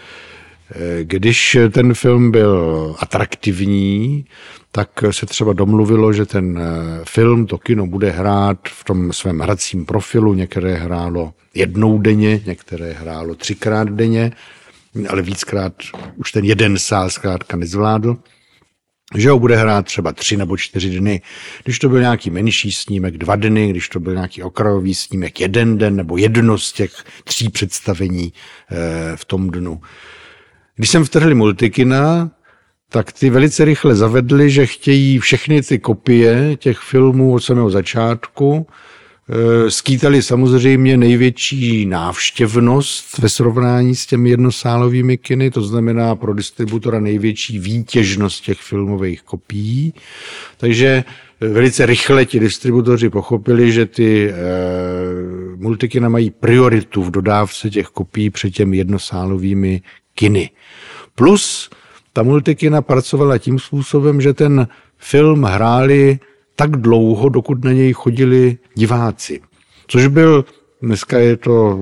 S2: Když ten film byl atraktivní, tak se třeba domluvilo, že ten film, to kino bude hrát v tom svém hracím profilu. Některé hrálo 1 denně, některé hrálo 3krát denně, ale víckrát už ten jeden sál zkrátka nezvládl. Že ho bude hrát třeba 3 nebo 4 dny. Když to byl nějaký menší snímek 2 dny, když to byl nějaký okrajový snímek 1 den nebo jedno z těch 3 představení v tom dnu. Když jsem vtrhli multikina, tak ty velice rychle zavedli, že chtějí všechny ty kopie těch filmů od samého začátku. Skýtali samozřejmě největší návštěvnost ve srovnání s těmi jednosálovými kiny, to znamená pro distributora největší výtěžnost těch filmových kopií. Takže velice rychle ti distributoři pochopili, že ty multikina mají prioritu v dodávce těch kopií před těmi jednosálovými kiny. Plus ta multikina pracovala tím způsobem, že ten film hráli tak dlouho, dokud na něj chodili diváci. Což byl, dneska je to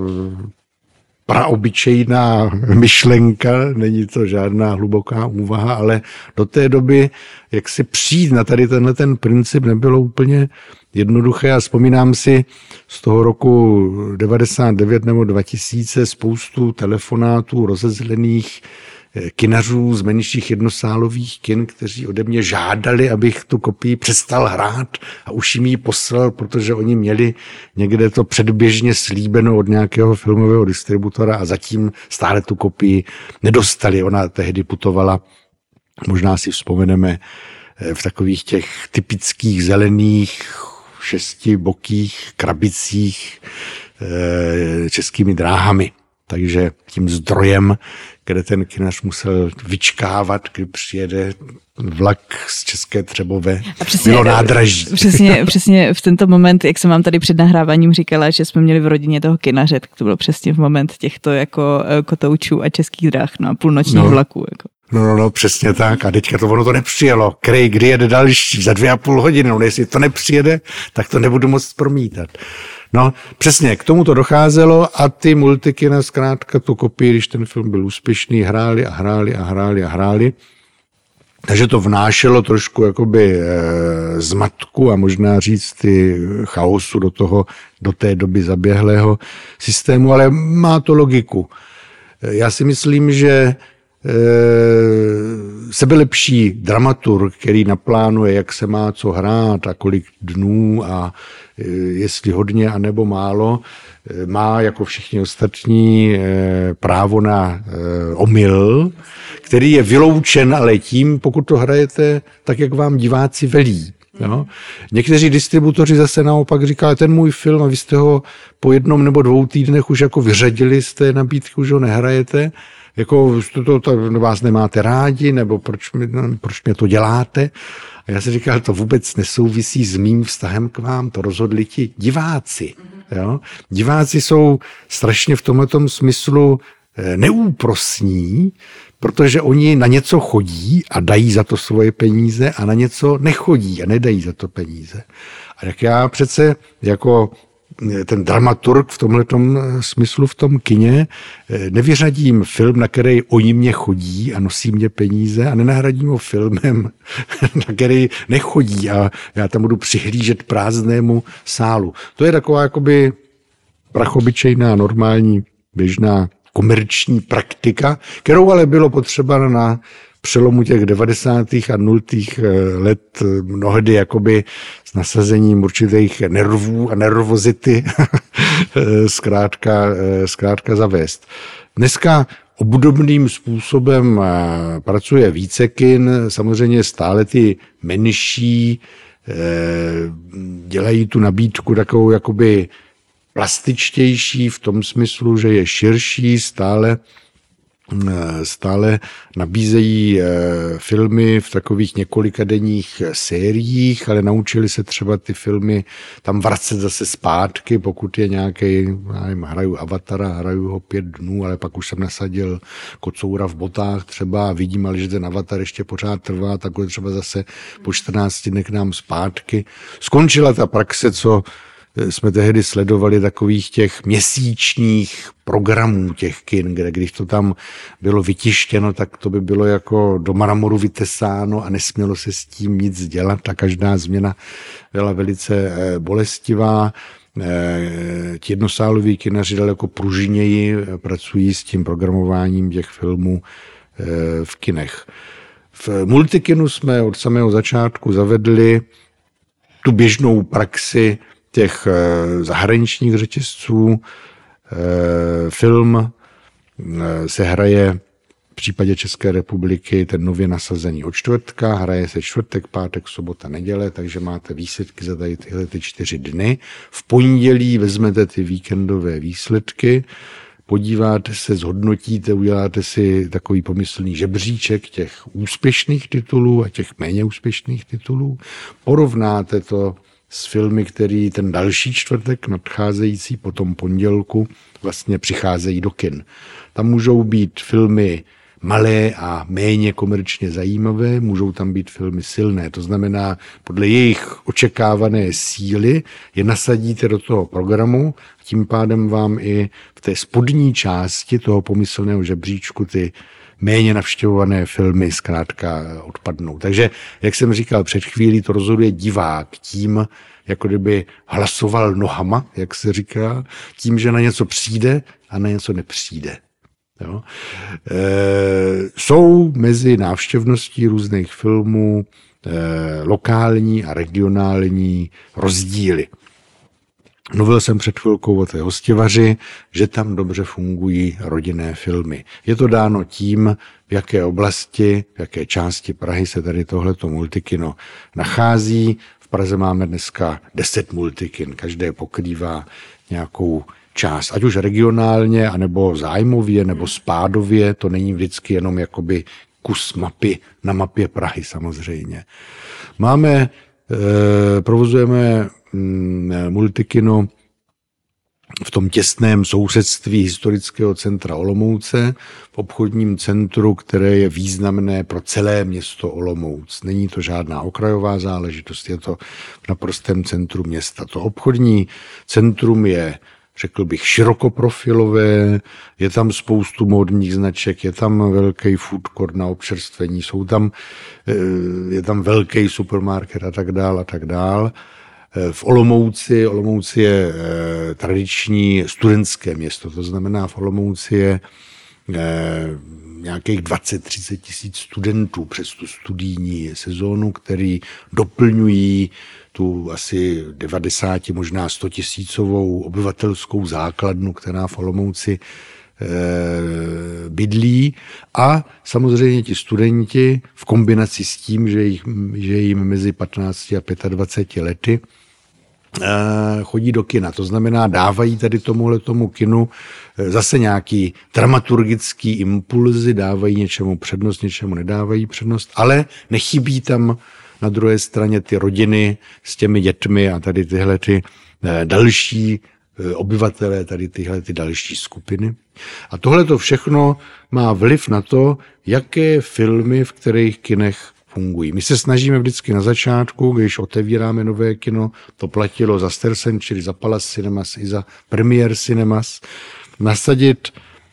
S2: praobyčejná myšlenka, není to žádná hluboká úvaha, ale do té doby, jak si přijít na tady tenhle ten princip, nebylo úplně jednoduché. A vzpomínám si z toho roku 99 nebo 2000 spoustu telefonátů rozezlených kinařů z menších jednosálových kin, kteří ode mě žádali, abych tu kopii přestal hrát a už jim ji poslal, protože oni měli někde to předběžně slíbeno od nějakého filmového distributora a zatím stále tu kopii nedostali. Ona tehdy putovala, možná si vzpomeneme, v takových těch typických zelených 6bokých krabicích českými dráhami. takže tím zdrojem, kde ten kinař musel vyčkávat, kdy přijede vlak z České Třebové, bylo nádraží.
S1: Přesně v tento moment, jak jsem vám tady před nahráváním říkala, že jsme měli v rodině toho kinaře, tak to bylo přesně v moment těchto jako kotoučů a českých drah, no a půlnočních vlaků. Jako.
S2: No, přesně tak. A teďka ono to nepřijelo. Kdy jede další? Za 2,5 hodiny. No, jestli to nepřijede, tak to nebudu moct promítat. No, přesně, k tomu to docházelo a ty multikina zkrátka tu kopii, když ten film byl úspěšný, hráli. Takže to vnášelo trošku jakoby zmatku a možná říct ty chaosu do té doby zaběhlého systému, ale má to logiku. Já si myslím, že sebelepší dramaturg, který naplánuje, jak se má co hrát a kolik dnů a jestli hodně a nebo málo, má jako všichni ostatní právo na omyl, který je vyloučen ale tím, pokud to hrajete tak, jak vám diváci velí. Jo? Někteří distributoři zase naopak říkají, ten můj film a vy jste ho po 1 nebo 2 týdnech už jako vyřadili z té nabídky, už ho nehrajete, jako to vás nemáte rádi, nebo proč mě to děláte. A já si říkal, to vůbec nesouvisí s mým vztahem k vám, to rozhodli ti diváci. Jo? Diváci jsou strašně v tomhletom smyslu neúprosní, protože oni na něco chodí a dají za to svoje peníze a na něco nechodí a nedají za to peníze. A jak já přece jako ten dramaturg v tomhletom smyslu v tom kině nevyřadím film, na který oni mě chodí a nosí mě peníze a nenahradím ho filmem, na který nechodí a já tam budu přihlížet prázdnému sálu. To je taková jakoby prachobyčejná, normální, běžná komerční praktika, kterou ale bylo potřeba na přelomu těch 90. a 0. let mnohdy jakoby s nasazením určitých nervů a nervozity zkrátka zavést. Dneska obdobným způsobem pracuje více kin, samozřejmě stále ty menší dělají tu nabídku takovou jakoby plastičtější v tom smyslu, že je širší, stále nabízejí filmy v takových několikadenních sériích, ale naučili se třeba ty filmy tam vracet zase zpátky, pokud je nějaký, hraju Avatara, hraju ho 5 dnů, ale pak už jsem nasadil Kocoura v botách třeba a vidím, ale že ten Avatar ještě pořád trvá, tak ho třeba zase po 14 dnech nám zpátky. Skončila ta praxe, co jsme tehdy sledovali takových těch měsíčních programů těch kin, kde když to tam bylo vytištěno, tak to by bylo jako do mramoru vytesáno a nesmělo se s tím nic dělat a každá změna byla velice bolestivá. Ti jednosáloví kinaři daleko pružněji pracují s tím programováním těch filmů v kinech. V multikinu jsme od samého začátku zavedli tu běžnou praxi těch zahraničních řetězců. Film se hraje v případě České republiky ten nově nasazený od čtvrtka, hraje se čtvrtek, pátek, sobota, neděle, takže máte výsledky za tady tyhle 4 dny. V pondělí vezmete ty víkendové výsledky, podíváte se, zhodnotíte, uděláte si takový pomyslný žebříček těch úspěšných titulů a těch méně úspěšných titulů, porovnáte to s filmy, který ten další čtvrtek nadcházející po tom pondělku vlastně přicházejí do kin. Tam můžou být filmy malé a méně komerčně zajímavé, můžou tam být filmy silné. To znamená, podle jejich očekávané síly je nasadíte do toho programu, tím pádem vám i v té spodní části toho pomyslného žebříčku ty méně navštěvované filmy zkrátka odpadnou. Takže, jak jsem říkal před chvílí, to rozhoduje divák tím, jako kdyby hlasoval nohama, jak se říká, tím, že na něco přijde a na něco nepřijde. Jo? Jsou mezi návštěvností různých filmů lokální a regionální rozdíly. Mluvil jsem před chvilkou o té Hostivaři, že tam dobře fungují rodinné filmy. Je to dáno tím, v jaké oblasti, v jaké části Prahy se tady tohleto multikino nachází. V Praze máme dneska 10 multikin, každé pokrývá nějakou část, ať už regionálně, anebo zájmově, nebo spádově, to není vždycky jenom jakoby kus mapy na mapě Prahy samozřejmě. Provozujeme multikino v tom těsném sousedství historického centra Olomouce, v obchodním centru, které je významné pro celé město Olomouc. Není to žádná okrajová záležitost, je to v naprostém centru města. To obchodní centrum je, řekl bych, širokoprofilové, je tam spoustu módních značek, je tam velký food court na občerstvení, je tam velký supermarket a tak dál. V Olomouci je tradiční studentské město, to znamená v Olomouci je nějakých 20-30 tisíc studentů přes tu studijní sezónu, který doplňují tu asi 90, možná 100 tisícovou obyvatelskou základnu, která v Olomouci bydlí, a samozřejmě ti studenti v kombinaci s tím, že jim mezi 15 a 25 lety chodí do kina. To znamená, dávají tady tomu kinu zase nějaký dramaturgický impulzy, dávají něčemu přednost, něčemu nedávají přednost, ale nechybí tam na druhé straně ty rodiny s těmi dětmi a tady tyhle ty další obyvatelé, tady tyhle ty další skupiny. A tohle to všechno má vliv na to, jaké filmy v kterých kinech fungují. My se snažíme vždycky na začátku, když otevíráme nové kino, to platilo za Star Century, za Palace Cinemas i za Premiere Cinemas, nasadit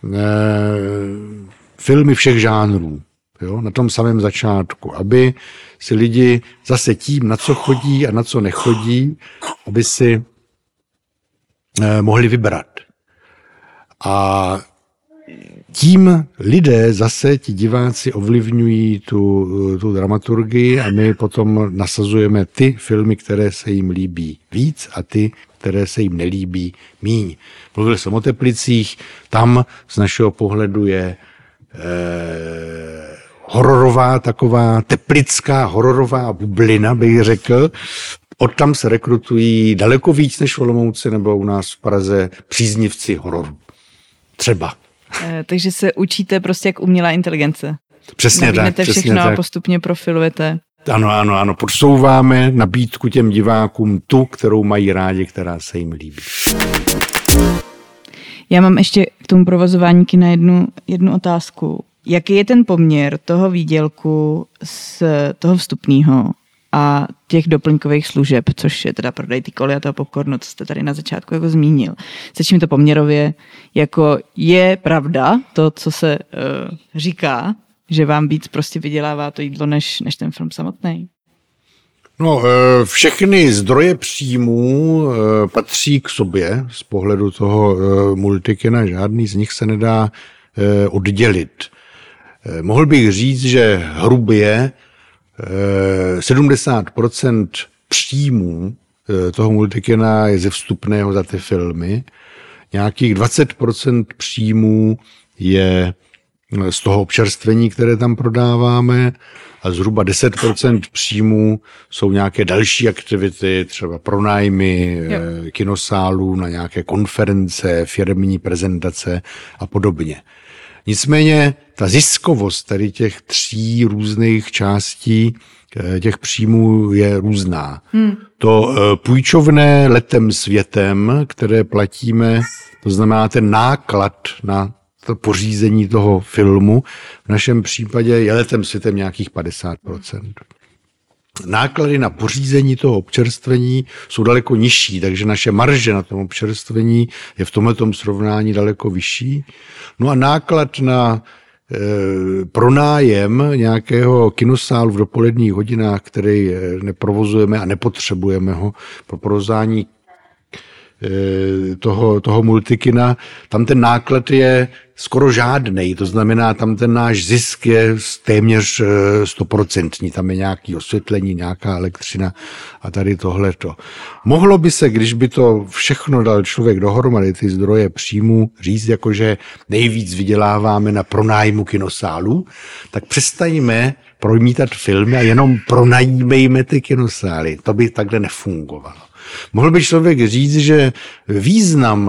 S2: filmy všech žánrů, jo, na tom samém začátku, aby si lidi zase tím, na co chodí a na co nechodí, aby si mohli vybrat. A tím lidé zase, ti diváci, ovlivňují tu dramaturgii a my potom nasazujeme ty filmy, které se jim líbí víc a ty, které se jim nelíbí míň. Mluvil jsem o Teplicích, tam z našeho pohledu je hororová, taková teplická hororová bublina, bych řekl. Odtam se rekrutují daleko víc než v Olomouci nebo u nás v Praze příznivci hororu. Třeba.
S1: Takže se učíte prostě jak umělá inteligence.
S2: Přesně tak.
S1: Přesně všechno tak. A postupně profilujete.
S2: Ano. Podsouváme nabídku těm divákům tu, kterou mají rádi, která se jim líbí.
S1: Já mám ještě k tomu provozování kina jednu otázku. Jaký je ten poměr toho výdělku z toho vstupného a těch doplňkových služeb, což je teda prodej ty koly a toho popcornu, co jste tady na začátku jako zmínil. Začneme to poměrově, jako je pravda to, co se říká, že vám víc prostě vydělává to jídlo, než ten film samotný?
S2: No, všechny zdroje příjmů patří k sobě z pohledu toho multikina, žádný z nich se nedá oddělit. Mohl bych říct, že hrubě 70% příjmů toho multikina je ze vstupného za ty filmy. Nějakých 20% příjmů je z toho občerstvení, které tam prodáváme, a zhruba 10% příjmů jsou nějaké další aktivity, třeba pronájmy kinosálů na nějaké konference, firemní prezentace a podobně. Nicméně ta ziskovost tady těch 3 různých částí těch příjmů je různá. To půjčovné letem světem, které platíme, to znamená ten náklad na to pořízení toho filmu, v našem případě je letem světem nějakých 50%. Náklady na pořízení toho občerstvení jsou daleko nižší, takže naše marže na tom občerstvení je v tomhletom srovnání daleko vyšší. No a náklad na pronájem nějakého kinosálu v dopoledních hodinách, který neprovozujeme a nepotřebujeme ho pro provozování toho multikina, tam ten náklad je skoro žádnej, to znamená, tam ten náš zisk je téměř 100%, tam je nějaké osvětlení, nějaká elektřina a tady tohleto. Mohlo by se, když by to všechno dal člověk dohromady, ty zdroje příjmů, říct, jakože nejvíc vyděláváme na pronájmu kinosálu, tak přestaňme promítat filmy a jenom pronajímejme ty kinosály. To by takhle nefungovalo. Mohl by člověk říct, že význam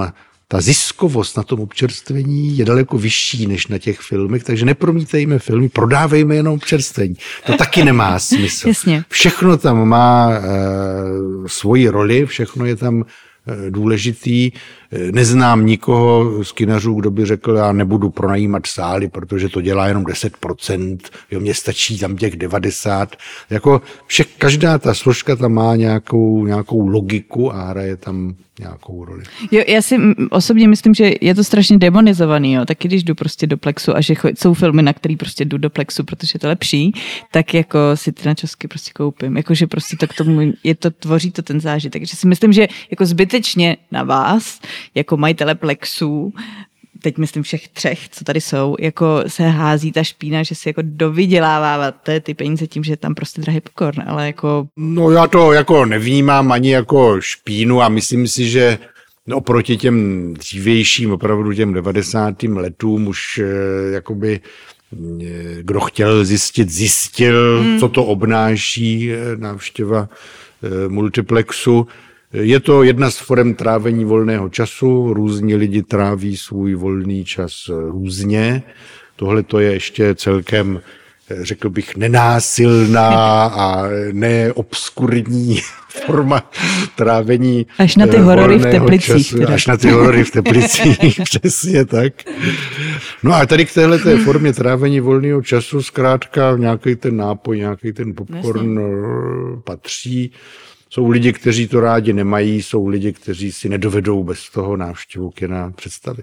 S2: ta ziskovost na tom občerstvení je daleko vyšší než na těch filmech, takže nepromítejme filmy, prodávejme jenom občerstvení. To taky nemá smysl.
S1: Jasně.
S2: Všechno tam má svoji roli, všechno je tam důležitý. Neznám nikoho z kinařů, kdo by řekl, já nebudu pronajímat sály, protože to dělá jenom 10%, jo, mně stačí tam těch 90%. Jako každá ta složka tam má nějakou logiku a hraje tam nějakou roli.
S1: Jo, já si osobně myslím, že je to strašně demonizovaný, jo. Taky když jdu prostě do Plexu a že jsou filmy, na který prostě jdu do Plexu, protože je to lepší, tak jako si ty načosky prostě koupím. Jakože prostě to k tomu tvoří to ten zážitek. Takže si myslím, že jako zbytečně na vás, jako majitele Plexů, teď myslím všech 3, co tady jsou, jako se hází ta špína, že si jako dovyděláváte ty peníze tím, že je tam prostě drahý popcorn, ale jako...
S2: No já to jako nevnímám ani jako špínu a myslím si, že oproti těm dřívějším, opravdu těm 90. letům už jakoby kdo chtěl zjistil, co to obnáší návštěva multiplexu. Je to jedna z forem trávení volného času, různí lidi tráví svůj volný čas různě. Tohle to je ještě celkem, řekl bych, nenásilná a neobskurní forma trávení
S1: až na ty horory v Teplicích.
S2: Až na ty horory v Teplicích, přesně tak. No a tady k téhleté formě trávení volného času zkrátka nějaký ten nápoj, nějaký ten popcorn patří. Jsou lidi, kteří to rádi nemají, jsou lidi, kteří si nedovedou bez toho návštěvu kina představit.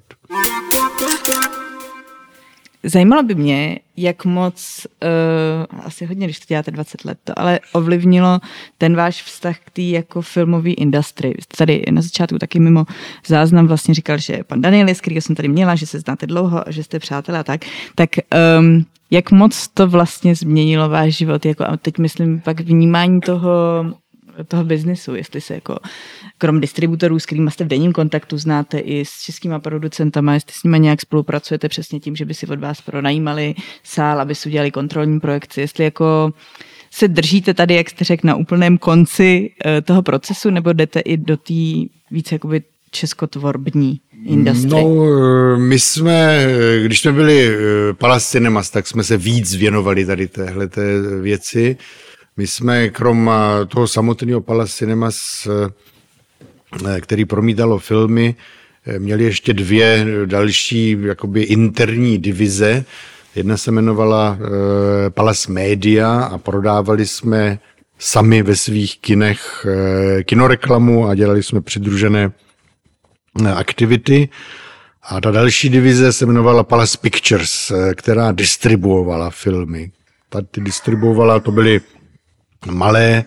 S1: Zajímalo by mě, jak moc, asi hodně, když to děláte 20 let, to ale ovlivnilo ten váš vztah k té jako filmové industrii. Vy jste tady na začátku taky mimo záznam vlastně říkal, že pan Danielis, kterýho jsem tady měla, že se znáte dlouho a že jste přátelé a tak jak moc to vlastně změnilo váš život, jako a teď myslím pak vnímání toho biznesu, jestli se jako krom distributorů, s kterými jste v denním kontaktu, znáte i s českýma producentama, jestli s nimi nějak spolupracujete přesně tím, že by si od vás pronajímali sál, aby si udělali kontrolní projekci, jestli jako se držíte tady, jak jste řekl, na úplném konci toho procesu, nebo jdete i do té víc jakoby českotvorbní industrie?
S2: No, my jsme, když jsme byli Palace Cinemas, tak jsme se víc věnovali tady téhleté věci. My jsme krom toho samotného Palace Cinemas, který promítalo filmy, měli ještě 2 další jakoby interní divize. Jedna se jmenovala Palace Media a prodávali jsme sami ve svých kinech kinoreklamu a dělali jsme přidružené aktivity. A ta další divize se jmenovala Palace Pictures, která distribuovala filmy. Ty distribuovala, to byly malé,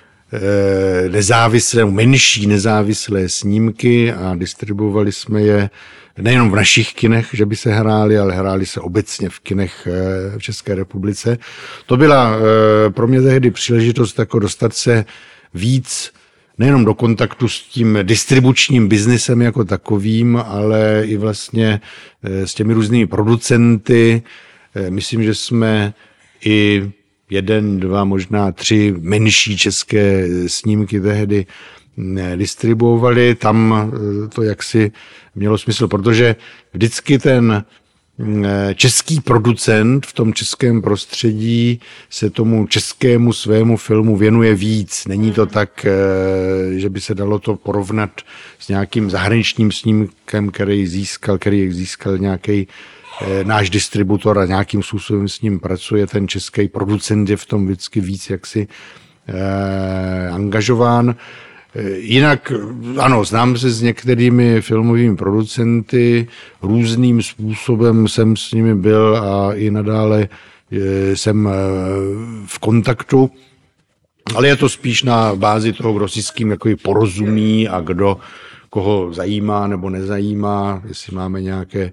S2: menší nezávislé snímky a distribuovali jsme je nejenom v našich kinech, že by se hrály, ale hrály se obecně v kinech v České republice. To byla pro mě tehdy příležitost jako dostat se víc nejenom do kontaktu s tím distribučním biznesem jako takovým, ale i vlastně s těmi různými producenty. Myslím, že jsme i 1, 2, možná 3 menší české snímky tehdy distribuovali. Tam to jaksi mělo smysl, protože vždycky ten český producent v tom českém prostředí se tomu českému svému filmu věnuje víc. Není to tak, že by se dalo to porovnat s nějakým zahraničním snímkem, který získal nějaký náš distributor a nějakým způsobem s ním pracuje. Ten český producent je v tom vždycky víc jaksi angažován. Jinak, ano, znám se s některými filmovými producenty, různým způsobem jsem s nimi byl a i nadále jsem v kontaktu, ale je to spíš na bázi toho, kdo si s kým jako porozumí a kdo koho zajímá nebo nezajímá, jestli máme nějaké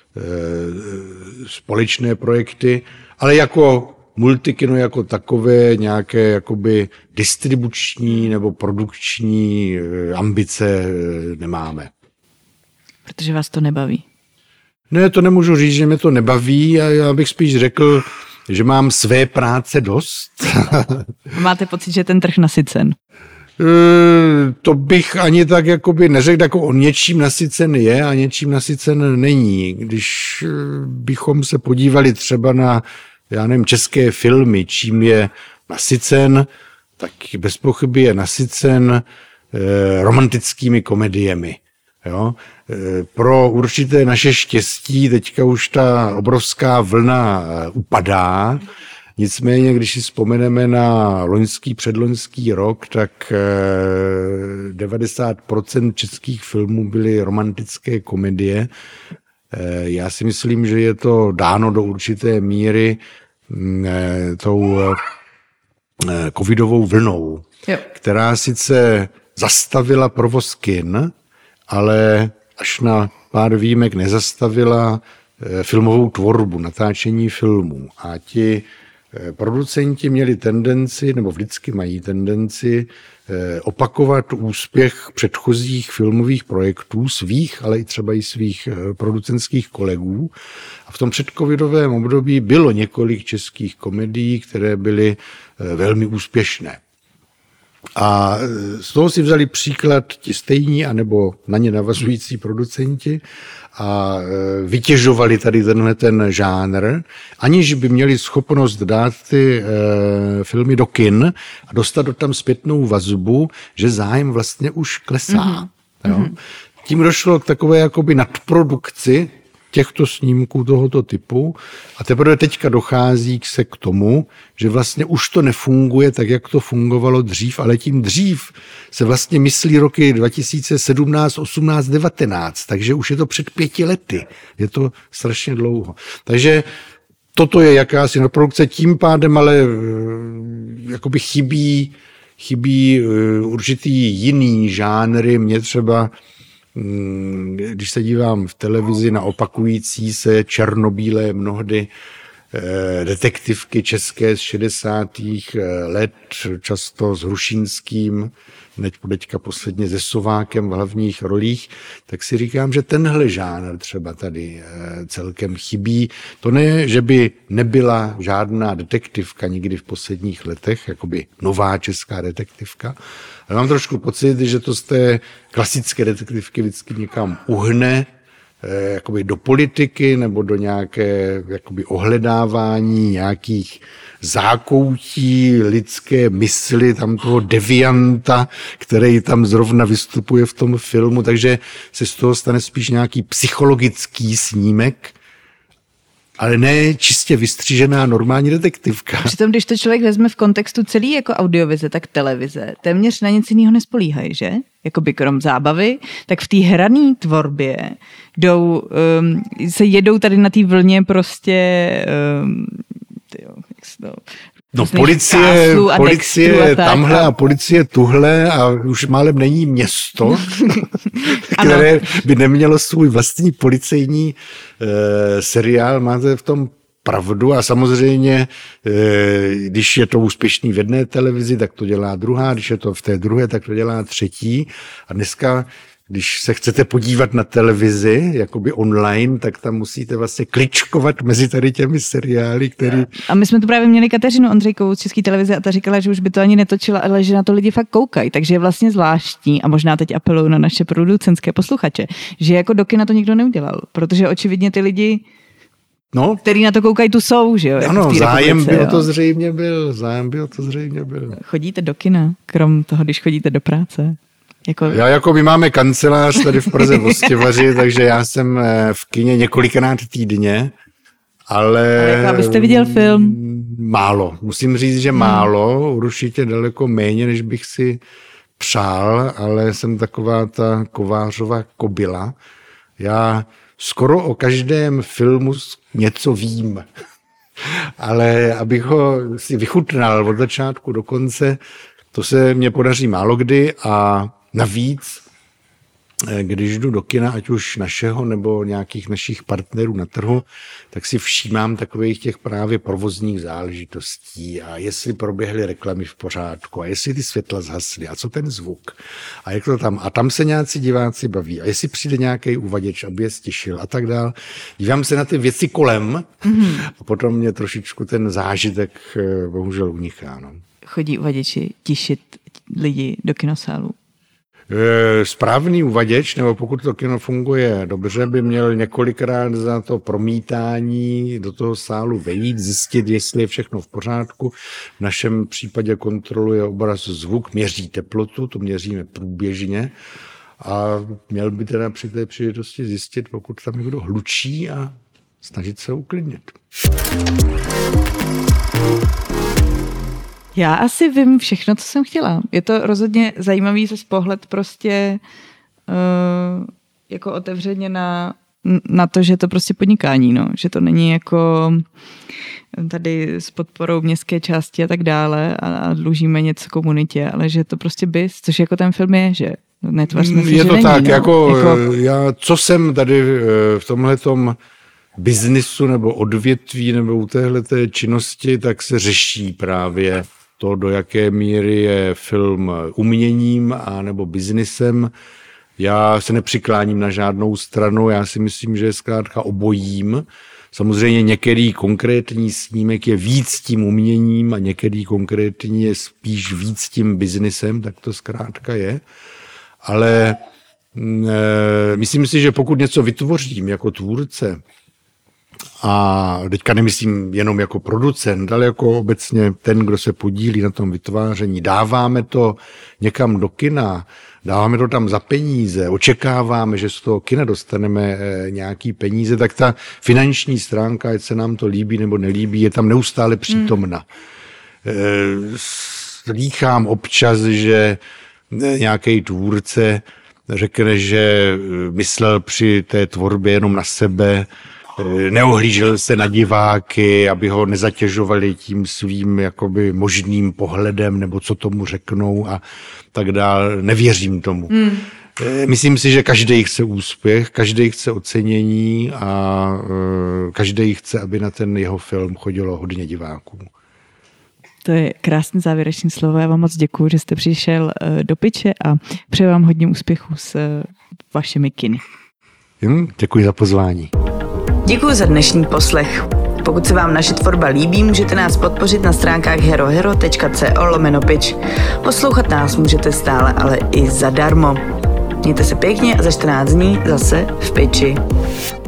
S2: společné projekty, ale jako multikino jako takové nějaké jakoby distribuční nebo produkční ambice nemáme.
S1: Protože vás to nebaví.
S2: Ne, to nemůžu říct, že mě to nebaví a já bych spíš řekl, že mám své práce dost.
S1: Máte pocit, že ten trh nasycen?
S2: To bych ani tak jakoby neřekl, jako on něčím nasycen je a něčím nasycen není. Když bychom se podívali třeba na, já nevím, české filmy, čím je nasycen, tak bez pochyby je nasycen romantickými komediemi. Jo? Pro určité naše štěstí teďka už ta obrovská vlna upadá. Nicméně, když si vzpomeneme na předloňský rok, tak 90% českých filmů byly romantické komedie. Já si myslím, že je to dáno do určité míry tou covidovou vlnou, která sice zastavila provoz kin, ale až na pár výjimek nezastavila filmovou tvorbu, natáčení filmů. A ti producenti měli tendenci, nebo vždycky mají tendenci opakovat úspěch předchozích filmových projektů svých, ale i třeba i svých producentských kolegů. A v tom předcovidovém období bylo několik českých komedií, které byly velmi úspěšné. A z toho si vzali příklad ti stejní, anebo na ně navazující producenti a vytěžovali tady ten žánr, aniž by měli schopnost dát ty filmy do kin a dostat tam zpětnou vazbu, že zájem vlastně už klesá. Jo? Tím došlo k takové jakoby nadprodukci těchto snímků tohoto typu a teprve teďka dochází se k tomu, že vlastně už to nefunguje tak, jak to fungovalo dřív, ale tím dřív se vlastně myslí roky 2017, 18, 19, takže už je to před 5 lety. Je to strašně dlouho. Takže toto je jakási nadprodukce, tím pádem ale jakoby chybí určitý jiný žánry. Mě třeba když se dívám v televizi na opakující se černobílé mnohdy detektivky české z 60. let, často s Hrušínským, teďka posledně se Sovákem v hlavních rolích, tak si říkám, že tenhle žánr třeba tady celkem chybí. To ne, že by nebyla žádná detektivka nikdy v posledních letech, jakoby nová česká detektivka, ale mám trošku pocit, že to z té klasické detektivky vždycky někam uhne, jakoby do politiky nebo do nějaké jakoby ohledávání nějakých zákoutí lidské mysli, tam toho devianta, který tam zrovna vystupuje v tom filmu, takže se z toho stane spíš nějaký psychologický snímek, ale ne čistě vystřížená normální detektivka.
S1: Přitom, když to člověk vezme v kontextu celý jako audiovize, tak televize téměř na nic jiného nespolíhají, že? Jakoby krom zábavy, tak v té hrané tvorbě se jedou tady na té vlně prostě
S2: no policie tamhle a policie tuhle a už málem není město, které by nemělo svůj vlastní policejní seriál. Máte v tom pravdu a samozřejmě, když je to úspěšný v jedné televizi, tak to dělá druhá, když je to v té druhé, tak to dělá třetí. A dneska, když se chcete podívat na televizi, jakoby online, tak tam musíte vlastně kličkovat mezi tady těmi seriály, který...
S1: A my jsme tu právě měli Kateřinu Ondřejkovou z České televize a ta říkala, že už by to ani netočila, ale že na to lidi fakt koukají. Takže je vlastně zvláštní a možná teď apeluju na naše producentské posluchače, že jako do kina to nikdo neudělal, protože očividně ty lidi, který na to koukají, tu jsou, že jo? Jako
S2: ano, zájem by to zřejmě byl.
S1: Chodíte do kina, krom toho, když chodíte do práce?
S2: My máme kancelář tady v Praze v Hostivaři, takže já jsem v kině několikrát týdně, ale
S1: jako abyste viděl film?
S2: Málo. Musím říct, že málo, určitě daleko méně, než bych si přál, ale jsem taková ta kovářová kobyla. Já skoro o každém filmu něco vím, ale abych ho si vychutnal od začátku do konce, to se mně podaří málo kdy a navíc, když jdu do kina, ať už našeho nebo nějakých našich partnerů na trhu, tak si všímám takových těch právě provozních záležitostí a jestli proběhly reklamy v pořádku a jestli ty světla zhasly a co ten zvuk a jak to tam. A tam se nějací diváci baví a jestli přijde nějaký uvaděč, aby je stěšil a tak dál. Dívám se na ty věci kolem a potom mě trošičku ten zážitek bohužel uniká. No.
S1: chodí uvaděči tišit lidi do kinosálu?
S2: Správný uvaděč, nebo pokud to kino funguje dobře, by měl několikrát za to promítání do toho sálu vejít, zjistit, jestli je všechno v pořádku. V našem případě kontroluje obraz zvuk, měří teplotu, to měříme průběžně a měl by teda při té příležitosti zjistit, pokud tam někdo hlučí a snažit se uklidnit.
S1: Já asi vím všechno, co jsem chtěla. Je to rozhodně zajímavý z pohled prostě jako otevřeně na to, že je to prostě podnikání, no. Že to není jako tady s podporou městské části a tak dále a dlužíme něco komunitě, ale že to prostě bys, což jako ten film je, že netvařme se,
S2: je
S1: že
S2: to
S1: není,
S2: tak,
S1: no.
S2: jako já, co jsem tady v tomhletom biznisu nebo odvětví nebo u téhleté činnosti, tak se řeší právě to, do jaké míry je film uměním a nebo biznisem. Já se nepřikláním na žádnou stranu, já si myslím, že je zkrátka obojím. Samozřejmě některý konkrétní snímek je víc tím uměním a některý konkrétní je spíš víc tím biznisem, tak to zkrátka je. Ale myslím si, že pokud něco vytvořím jako tvůrce, a teďka nemyslím jenom jako producent, ale jako obecně ten, kdo se podílí na tom vytváření. Dáváme to někam do kina, dáváme to tam za peníze, očekáváme, že z toho kina dostaneme nějaký peníze, tak ta finanční stránka, ať se nám to líbí nebo nelíbí, je tam neustále přítomna. Slýchám občas, že nějaký tvůrce řekne, že myslel při té tvorbě jenom na sebe, neohlížel se na diváky, aby ho nezatěžovali tím svým jakoby možným pohledem, nebo co tomu řeknou a tak dále. Nevěřím tomu. Myslím si, že každý chce úspěch, každý chce ocenění a každý chce, aby na ten jeho film chodilo hodně diváků.
S1: To je krásné závěrečné slovo. Já vám moc děkuju, že jste přišel do Piče a přeju vám hodně úspěchů s vašimi kiny.
S2: Děkuji za pozvání.
S1: Děkuji za dnešní poslech. Pokud se vám naše tvorba líbí, můžete nás podpořit na stránkách herohero.co/pitch. Poslouchat nás můžete stále, ale i zadarmo. Mějte se pěkně a za 14 dní zase v Piči.